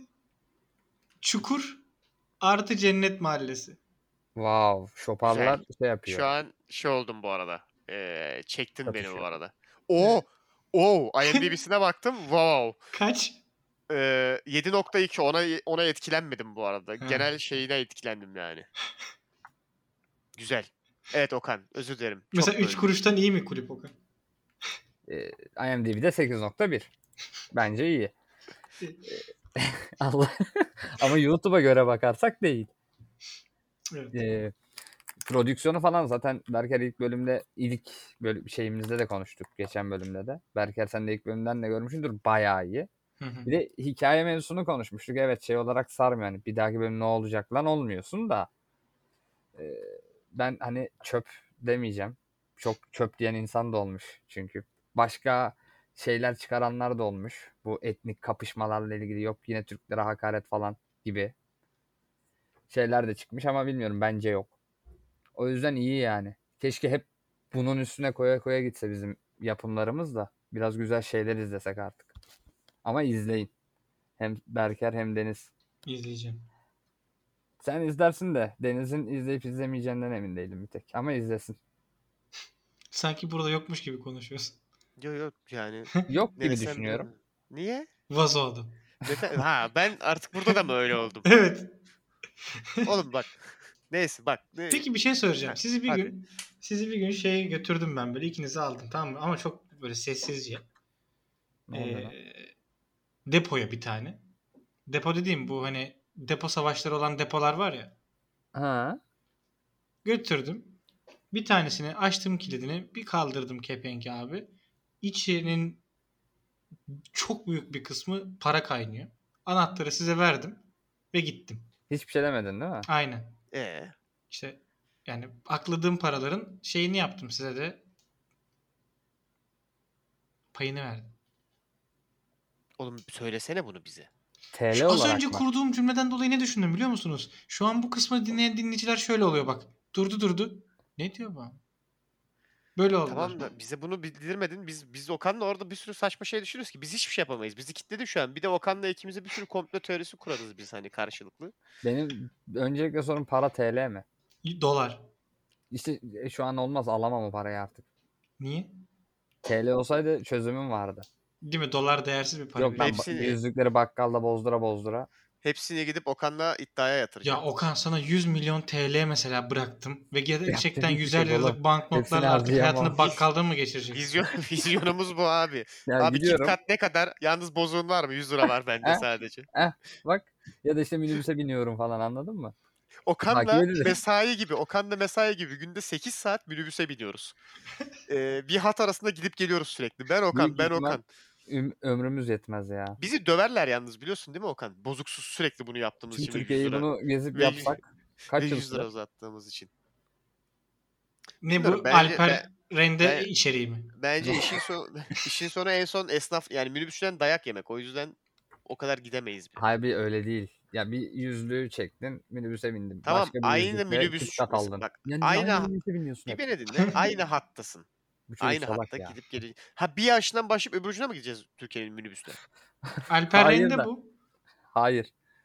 Çukur artı Cennet Mahallesi. Wow. Şoparlar şey yapıyor. Şu an şey oldum bu arada. Çektin beni Çatışıyor. bu arada. IMDb'sine baktım. Wow. Kaç? 7.2 ona etkilenmedim bu arada. Ha. Genel şeyine etkilendim yani. Güzel. Evet Okan, özür dilerim. Çok Mesela 3 böldüm. kuruştan iyi mi kulüp Okan? IMDb'de 8.1. Bence iyi. Allah. Ama YouTube'a göre bakarsak değil. Evet. Prodüksiyonu falan zaten Berker ilk şeyimizde de konuştuk. Geçen bölümde de. Berker sen de ilk bölümden de görmüşsündür. Bayağı iyi. Bir de hikaye mevzusunu konuşmuştuk. Evet şey olarak sarmıyor. Yani bir dahaki bölüm ne olacak lan olmuyorsun da. Ben hani çöp demeyeceğim. Çok çöp diyen insan da olmuş çünkü. Başka şeyler çıkaranlar da olmuş. Bu etnik kapışmalarla ilgili yok yine Türklere hakaret falan gibi şeyler de çıkmış ama bilmiyorum bence yok. O yüzden iyi yani. Keşke hep bunun üstüne koya koya gitse bizim yapımlarımız da. Biraz güzel şeyler izlesek artık. Ama izleyin. Hem Berker hem Deniz. İzleyeceğim. Sen izlersin de Deniz'in izleyip izlemeyeceğinden emin değilim bir tek. Ama izlesin. Sanki burada yokmuş gibi konuşuyorsun. Yok yani. Yok Ne gibi desem düşünüyorum. bilemedim. Niye? Vazo adam. Ha, ben artık burada da mı öyle oldum? Evet. Oğlum bak. Neyse bak. Peki bir şey soracağım. Ha, Sizi bir hadi. gün şeye götürdüm ben böyle ikinizi aldım tamam mı? Ama çok böyle sessizce. Ne oldu lan? Depoya bir tane. Depo dediğim bu hani depo savaşları olan depolar var ya. Ha. Götürdüm. Bir tanesini açtım kilidini. Bir kaldırdım kepenki abi. İçinin çok büyük bir kısmı para kaynıyor. Anahtarı size verdim. Ve gittim. Hiçbir şey demedin değil mi? Aynen. Ee, İşte yani akladığım paraların şeyini yaptım size de. Payını verdim. oğlum söylesene bunu bize. TL Az olarak önce mı? kurduğum cümleden dolayı ne düşündüm biliyor musunuz? Şu an bu kısmı dinleyen dinleyiciler şöyle oluyor bak. Durdu. Ne diyor bu? Böyle oldular. Tamam da bize bunu bildirmedin. Biz Okan'la orada bir sürü saçma şey düşünüyoruz ki biz hiçbir şey yapamayız. Bizi kilitledin şu an. Bir de Okan'la ikimize bir sürü komplo teorisi kurarız biz hani karşılıklı. Benim öncelikle sorun para TL mi? Dolar. İşte şu an olmaz alamam o parayı artık. Niye? TL olsaydı çözümüm vardı. Değil mi? Dolar değersiz bir para. Yok ben Hepsini- yüzlükleri bakkalda bozdura. Hepsini gidip Okan'la iddiaya yatıracağım. Ya Okan sana 100 milyon TL mesela bıraktım ve gerçekten hiçbir 100'er şey liralık oğlum. banknotlarla Hepsini artık hayatını harcayamam. bakkalda mı geçireceksin? Vizyonumuz bu abi. Yani Abi biliyorum. KitKat ne kadar? Yalnız bozuğun var mı? 100 lira var bende sadece. Bak ya da işte minibüse biniyorum falan anladın mı? Okan'la Takip ederiz. mesai gibi günde 8 saat minibüse biniyoruz. Bir hat arasında gidip geliyoruz sürekli. Ben Okan, Büyük ben ihtimal Okan. ömrümüz yetmez ya. Bizi döverler yalnız biliyorsun değil mi Okan? Bozuksuz sürekli bunu yaptığımız Tüm için ve 100 Türkiye'yi lira. bunu gezip Ve- yapsak kaç Ve yıl 100 lira sürer? uzattığımız için. Ne Bilmiyorum, bu? bence- Alper Rende ben- içeriği mi? Bence işin sonu en son esnaf yani minibüsten dayak yemek. O yüzden o kadar gidemeyiz. Hayır bir öyle değil. Ya bir yüzlüğü çektin minibüse bindin. Tamam, Başka bir aynı yüzlükle minibüs KitKat mesela aldın. bak, Yani aynı- minibüse biniyorsun Bir hep. beni dinle. Aynı hattasın. Bu çocuk Aynı salak hatta ya. gidip geri. Ha bir yaşından başlayıp öbür ucuna mı gideceğiz Türkiye'nin minibüste? Alper Hayır Rende da. bu. Hayır.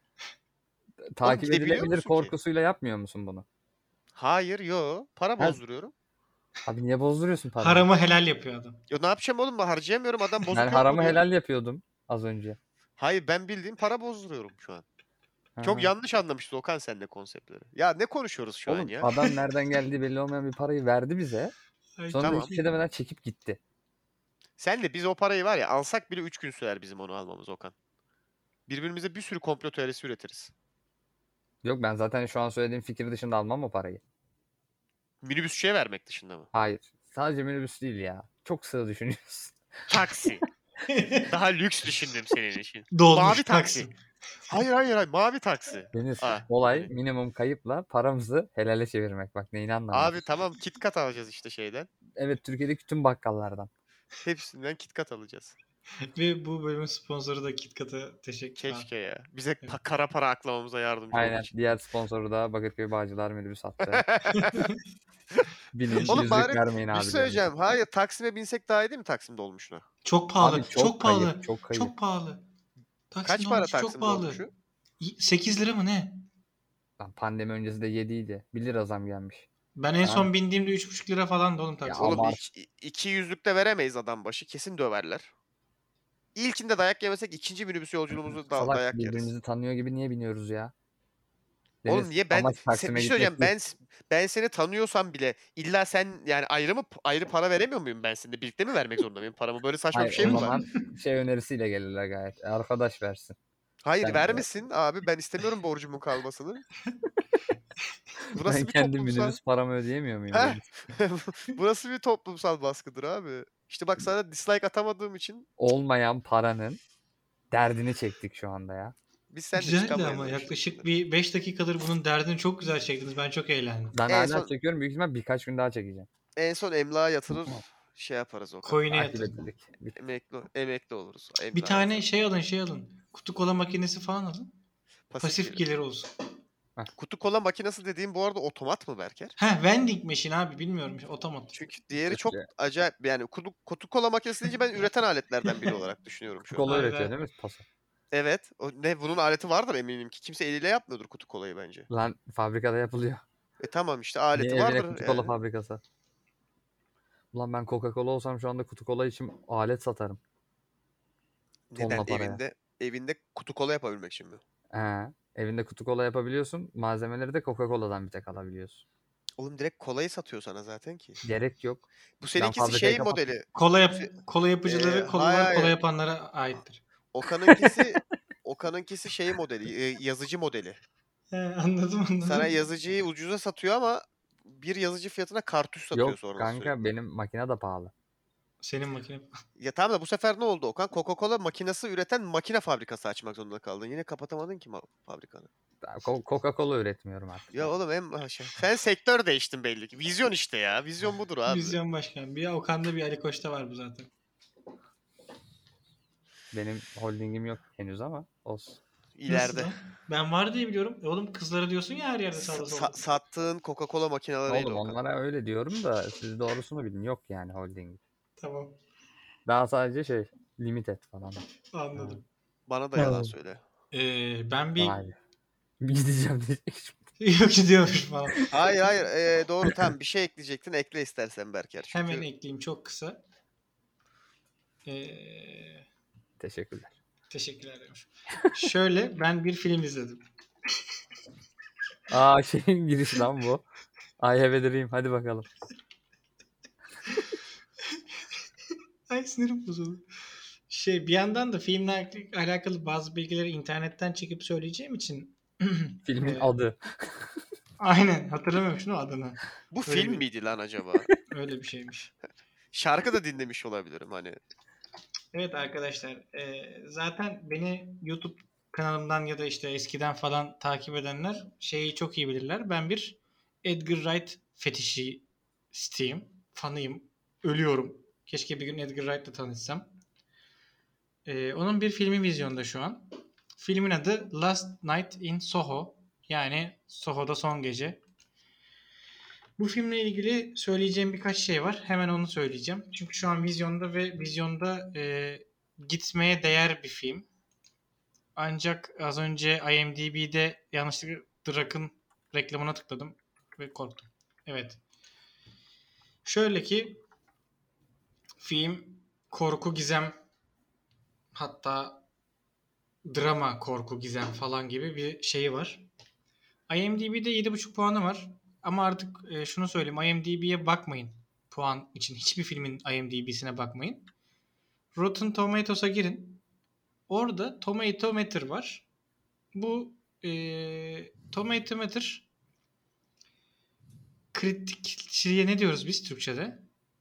Takip gidebiliyor edilebilir musun ki? korkusuyla yapmıyor musun bunu? Hayır, yo. Para Ha- bozduruyorum. Abi niye bozduruyorsun parayı? Haramı helal yapıyor adam. Ya ne yapacağım oğlum, ben harcayamıyorum, adam bozuk Ben yok mu haramı diyor. helal yapıyordum az önce. Hayır, ben bildiğim para bozduruyorum şu an. Çok Ha. yanlış anlamıştı Okan sen de konseptleri. Ya ne konuşuyoruz şu an Oğlum ya? adam nereden geldiği belli olmayan bir parayı verdi bize. Ay, Sonra da Tamam. hiçbir şey demeden çekip gitti. Sen de biz o parayı var ya alsak bile 3 gün sürer bizim onu almamız Okan. Birbirimize bir sürü komplo teorisi üretiriz. Yok, ben zaten şu an söylediğim fikir dışında almam o parayı. Minibüsçüye vermek dışında mı? Hayır. Sadece minibüs değil ya. Çok sığ düşünüyorsun. Taksi. Daha lüks düşündüm senin için. Dolmuş Mavi taksi. taksi. Hayır. Mavi taksi. Deniz, Aa, olay minimum kayıpla paramızı helale çevirmek. Bak neyini anlamadım. Abi tamam KitKat alacağız işte şeyden. Evet, Türkiye'deki tüm bakkallardan. Hepsinden KitKat alacağız. Ve bu bölümün sponsoru da KitKat'a teşekkür Keşke ya. Bize Evet. kara para aklamamıza yardımcı Aynen. olduğu için. Diğer sponsoru da Bakırköy Bağcılar minibüs hattı. Binin, Oğlum yüzlük bari vermeyin bir abi. şey söyleyeceğim. Hayır Taksim'e binsek daha iyi değil mi Taksim dolmuşuna? Çok pahalı. Abi çok pahalı. kayıp, çok kayıp. Çok pahalı. Taksim Kaç para dolmuşu çok Taksim pahalı. dolmuşu? 8 lira mı ne? Lan pandemi öncesi de 7 idi. 1 lira zam gelmiş. Ben en son bindiğimde 3,5 lira falan da oğlum Taksim. Oğlum abart. 200'lükte veremeyiz adam başı. Kesin döverler. İlkinde dayak yemesek ikinci minibüs yolculuğumuzda Salak, dayak yeriz. birbirimizi tanıyor gibi niye biniyoruz ya? Oğlum Deniz, niye ben amaç Taksim'e bir şey söyleyeceğim gitmek değil. ben seni tanıyorsam bile illa sen yani ayrı para veremiyor muyum ben seninle? Birlikte mi vermek zorunda mıyım paramı? Böyle saçma Hayır, bir şey o mi var? zaman şey önerisiyle gelirler gayet. Arkadaş versin. Hayır Ben- vermesin abi ben istemiyorum borcumun kalmasını. Bu nasıl Ben bir kendi toplumsal? minibüs paramı ödeyemiyor muyum? Heh. Deniz? Bu nasıl bir toplumsal baskıdır abi? İşte bak sana dislike atamadığım için Olmayan paranın derdini çektik şu anda ya. biz seninle Güzeldi çıkamayız. ama o yaklaşık işin bir 5 dakikadır bunun derdini çok güzel çektiniz. Ben çok eğlendim. Ben En hala son- çekiyorum. Büyük ihtimal birkaç gün daha çekeceğim. En son emlağa yatırır şey yaparız o kadar. Coin'e Takip yatırın. edildik. Emekli oluruz. Bir Emlağa tane yatırır. şey alın. Kutu kola makinesi falan alın. Pasif gelir olsun. Kutu kola makinesi dediğim bu arada otomat mı Berker? Vending machine abi bilmiyorum. Otomat. Çünkü diğeri çok Kötü. acayip yani kutu kola makinesi deyince ben üreten aletlerden biri olarak düşünüyorum şu an. Kola Hayda. üretiyor değil mi Paso? Evet. Bunun aleti vardır eminim ki. Kimse eliyle yapmıyordur kutu kolayı bence. Lan fabrikada yapılıyor. Tamam işte Niye aleti evine vardır. kutu kola yani. fabrikası? Ulan ben Coca-Cola olsam şu anda kutu kola için alet satarım. Neden? Tonla paraya. Evinde kutu kola yapabilmek için mi? Evinde kutu kola yapabiliyorsun. Malzemeleri de Coca-Cola'dan bir tek alabiliyorsun. Oğlum direkt kolayı satıyor sana zaten ki. Gerek yok. Bu seninkisi fabrikayı şey kapattım. modeli. Kola yapıcıları kolalar hayır. kola yapanlara aittir. Okan'ınkisi şey modeli, yazıcı modeli. Anladım. Sana yazıcıyı ucuza satıyor ama bir yazıcı fiyatına kartuş satıyor Yok sonra kanka, sürekli. benim makine de pahalı. Senin makine. Ya tamam da bu sefer ne oldu Okan? Coca-Cola makinesi üreten makine fabrikası açmak zorunda kaldın. Yine kapatamadın ki fabrikanı. Ben Coca-Cola üretmiyorum artık. Ya oğlum sen sektör değiştin belli ki. Vizyon işte ya. Vizyon budur abi. Vizyon başkan. Bir Okan'da bir Ali Koç'ta var bu zaten. Benim holdingim yok henüz ama olsun. İleride. Nasıl lan? Ben var diye biliyorum. Oğlum kızlara diyorsun ya her yerde sağda solda. Sattığın Coca-Cola makineleriydi Oğlum Okan. onlara öyle diyorum da siz doğrusunu bilin. Yok yani holdingi. Tamam. Daha sadece limited falan. Anladım. Bana da yalan söyle. Ben bir... Vay be. Gideceğim diyecek. Yok gidiyormuş falan. Hayır. Doğru tamam bir şey ekleyecektin. Ekle istersen Berker. Çünkü... Hemen ekleyeyim çok kısa. Teşekkürler. Teşekkürler demiş. Şöyle ben bir film izledim. Şeyin girişi lan bu. I have a dream. Hadi bakalım. Ay sinirim bozuldu. Bir yandan da filmle alakalı bazı bilgileri internetten çekip söyleyeceğim için Filmin adı. aynen hatırlamıyorum şunu adını. Bu Öyle film bir- miydi lan acaba? Öyle bir şeymiş. Şarkı da dinlemiş olabilirim hani. Evet arkadaşlar zaten beni YouTube kanalımdan ya da işte eskiden falan takip edenler şeyi çok iyi bilirler. Ben bir Edgar Wright fetişistiyim. Fanıyım. Ölüyorum. Keşke bir gün Edgar Wright'la tanışsam. Onun bir filmi vizyonda şu an. Filmin adı Last Night in Soho. Yani Soho'da son gece. Bu filmle ilgili söyleyeceğim birkaç şey var. Hemen onu söyleyeceğim. Çünkü şu an vizyonda ve vizyonda gitmeye değer bir film. Ancak az önce IMDb'de yanlışlıkla The Rock'ın reklamına tıkladım ve korktum. Evet. Şöyle ki film korku gizem hatta drama korku gizem falan gibi bir şeyi var. IMDb'de 7,5 puanı var. Ama artık şunu söyleyeyim. IMDb'ye bakmayın. Puan için. Hiçbir filmin IMDb'sine bakmayın. Rotten Tomatoes'a girin. orada Tomato Meter var. Bu Tomato Meter kritikçiliğe ne diyoruz biz Türkçe'de?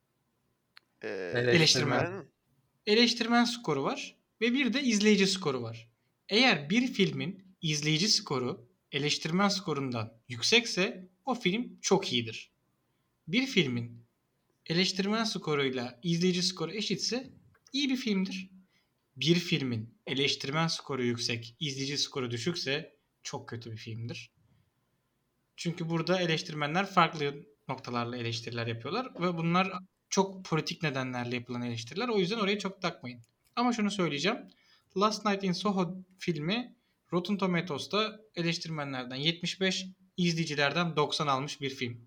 Eleştirmen. Eleştirmen skoru var ve bir de izleyici skoru var. Eğer bir filmin izleyici skoru eleştirmen skorundan yüksekse o film çok iyidir. Bir filmin eleştirmen skoruyla izleyici skoru eşitse iyi bir filmdir. Bir filmin eleştirmen skoru yüksek, izleyici skoru düşükse çok kötü bir filmdir. Çünkü burada eleştirmenler farklı noktalarla eleştiriler yapıyorlar ve bunlar çok politik nedenlerle yapılan eleştiriler. O yüzden oraya çok takmayın. Ama şunu söyleyeceğim. Last Night in Soho filmi Rotten Tomatoes'ta eleştirmenlerden 75, izleyicilerden 90 almış bir film.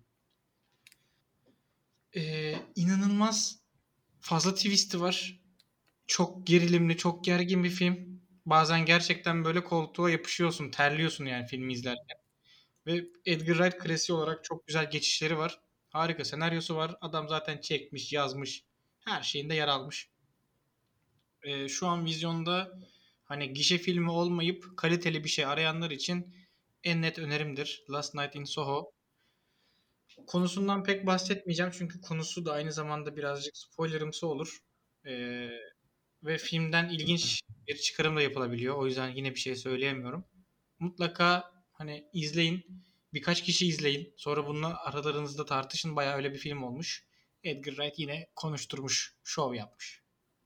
İnanılmaz fazla twist'i var. Çok gerilimli, çok gergin bir film. Bazen gerçekten böyle koltuğa yapışıyorsun, terliyorsun yani filmi izlerken. Ve Edgar Wright klasiği olarak çok güzel geçişleri var. Harika senaryosu var. Adam zaten çekmiş, yazmış. Her şeyinde yer almış. Şu an vizyonda hani gişe filmi olmayıp kaliteli bir şey arayanlar için en net önerimdir. Last Night in Soho. Konusundan pek bahsetmeyeceğim çünkü konusu da aynı zamanda birazcık spoilerımsı olur. Ve filmden ilginç bir çıkarım da yapılabiliyor. O yüzden yine bir şey söyleyemiyorum. Mutlaka hani izleyin. Birkaç kişi izleyin. Sonra bununla aralarınızda tartışın. Bayağı öyle bir film olmuş. Edgar Wright yine konuşturmuş. Şov yapmış.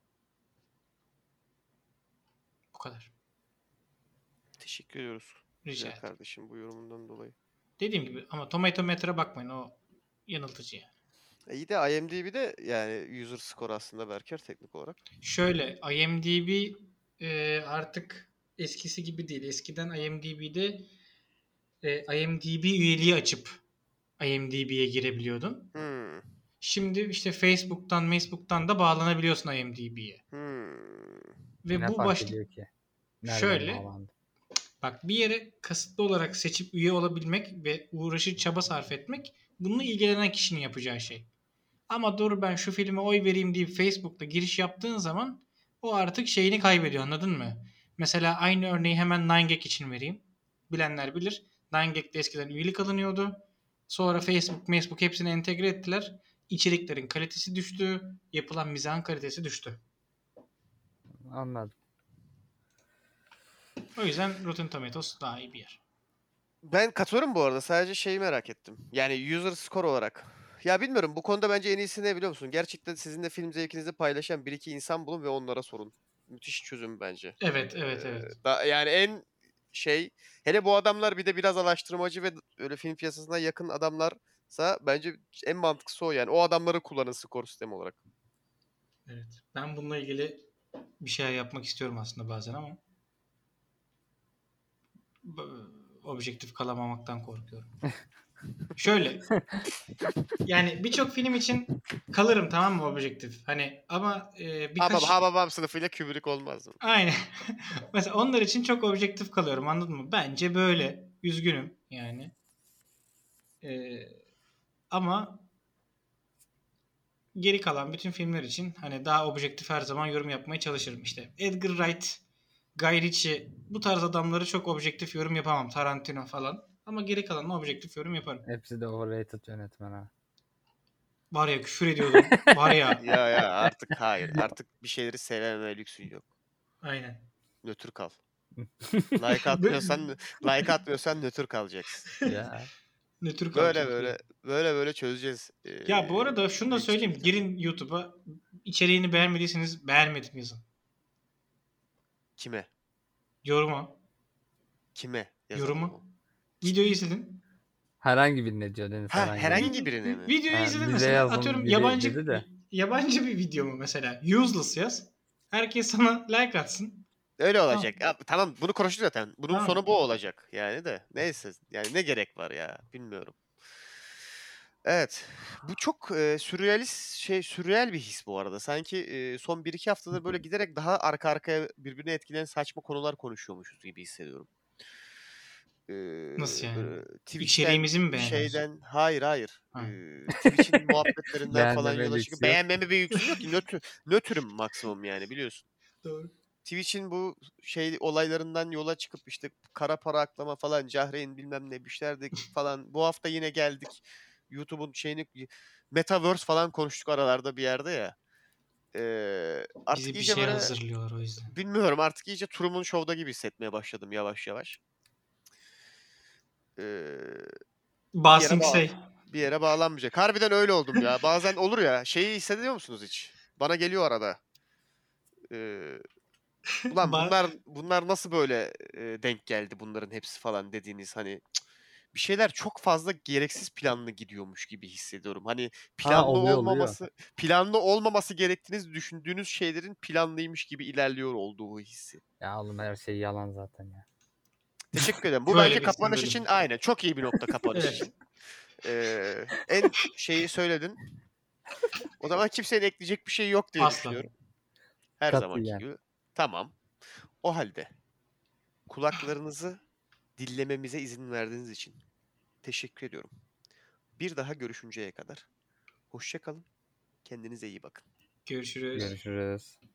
Bu kadar. Teşekkür ediyoruz. Rica Güzel ederim. kardeşim bu yorumundan dolayı. Dediğim gibi ama Tomato Meter'a bakmayın. O yanıltıcı yani. İyi de IMDb'de yani user score aslında Berker teknik olarak. Şöyle IMDb artık eskisi gibi değil. Eskiden IMDb'de IMDb üyeliği açıp IMDb'ye girebiliyordun. Şimdi işte Facebook'tan da bağlanabiliyorsun IMDb'ye. Ve Ne bu fark ediyor ki? Nereden şöyle bağlandı? bak bir yere kasıtlı olarak seçip üye olabilmek ve uğraşı çaba sarf etmek bununla ilgilenen kişinin yapacağı şey. Ama dur ben şu filme oy vereyim deyip Facebook'ta giriş yaptığın zaman o artık şeyini kaybediyor, anladın mı? Mesela aynı örneği hemen 9gag için vereyim. Bilenler bilir. 9gag'de eskiden üyelik alınıyordu. Sonra Facebook hepsini entegre ettiler. İçeriklerin kalitesi düştü. Yapılan mizahın kalitesi düştü. Anladım. O yüzden Rotten Tomatoes daha iyi bir yer. Ben katılıyorum bu arada. Sadece şeyi merak ettim. Yani user score olarak. Ya bilmiyorum, bu konuda bence en iyisi ne biliyor musun? Gerçekten sizinle film zevkinizi paylaşan bir iki insan bulun ve onlara sorun. Müthiş çözüm bence. Evet. Yani en hele bu adamlar bir de biraz araştırmacı ve öyle film piyasasına yakın adamlarsa bence en mantıklısı o yani. O adamları kullanın skor sistemi olarak. Evet. Ben bununla ilgili bir şey yapmak istiyorum aslında bazen ama objektif kalamamaktan korkuyorum. Şöyle. Yani birçok film için kalırım, tamam mı, objektif. Hani ama birkaç... Hababam sınıfıyla Kubrick olmaz mı? Aynen. Mesela onlar için çok objektif kalıyorum, anladın mı? Bence böyle. Üzgünüm yani. Ama geri kalan bütün filmler için hani daha objektif her zaman yorum yapmaya çalışırım. İşte Edgar Wright, Guy Ritchie, bu tarz adamları çok objektif yorum yapamam. Tarantino falan. Ama geri kalanına objektif yorum yaparım. Hepsi de overrated yönetmen ha. Var ya, küfür ediyordum. Var ya. Ya artık hayır. Artık bir şeyleri sevmeme lüksün yok. Aynen. Nötr kal. Like atmıyorsan nötr kalacaksın. Ya. Nötr kalacak. Böyle çözeceğiz. Ya bu arada şunu da söyleyeyim. Girin YouTube'a. İçeriğini beğenmediyseniz beğenmedim yazın. Kime? Yoruma. Kime? Yazalım Yoruma. mı? Videoyu izledin. Herhangi birine diyor Deniz. Herhangi birine mi? Videoyu izledin bize mesela. yazın, Atıyorum bize yabancı bir video mu mesela? Useless yaz. Herkes sana like atsın. Öyle olacak. Tamam bunu konuştuk zaten. Bunun Tamam. sonu bu olacak. Yani de. Neyse. Yani ne gerek var ya. Bilmiyorum. Evet. Bu çok sürreal bir his bu arada. Sanki son 1-2 haftada böyle giderek daha arka arkaya birbirine etkileyen saçma konular konuşuyormuşuz gibi hissediyorum. Nasıl yani? Twitch'ten, İçeriğimizi mi beğeniyorsun? şeyden hayır. Ha. Twitch'in muhabbetlerinden falan Beğenmeme yola lüksü çıkıp yok. beğenmeme bir yüksüm yok ki. Nötrüm maksimum yani, biliyorsun. Doğru. Twitch'in bu şey olaylarından yola çıkıp işte kara para aklama falan, Cahreyn bilmem ne işlerdik falan. Bu hafta yine geldik. YouTube'un şeyini Metaverse falan konuştuk aralarda bir yerde ya. Artık Bize bir iyice şey böyle hazırlıyorlar o yüzden. bilmiyorum, artık iyice Truman Show'da gibi hissetmeye başladım yavaş yavaş. Ee, bir yere Basing bir yere bağlanmayacak. Harbiden öyle oldum ya. Bazen olur ya. Şeyi hissediyor musunuz hiç? Bana geliyor arada. Ee, Ulan bunlar nasıl böyle denk geldi bunların hepsi falan dediğiniz hani bir şeyler çok fazla gereksiz planlı gidiyormuş gibi hissediyorum. Hani Oluyor. planlı olmaması gerektiğiniz düşündüğünüz şeylerin planlıymış gibi ilerliyor olduğu hissi. Ya oğlum her şey yalan zaten ya. Teşekkür ederim. Bu Böyle bence bitsin kapanış bölüm. için aynen çok iyi bir nokta kapanış Evet. için. En şeyi söyledin. O zaman kimsenin ekleyecek bir şey yok diye Asla. düşünüyorum. Her zamanki Katiyen. gibi. Tamam. O halde kulaklarınızı dinlememize izin verdiğiniz için teşekkür ediyorum. Bir daha görüşünceye kadar hoşça kalın. Kendinize iyi bakın. Görüşürüz. Görüşürüz.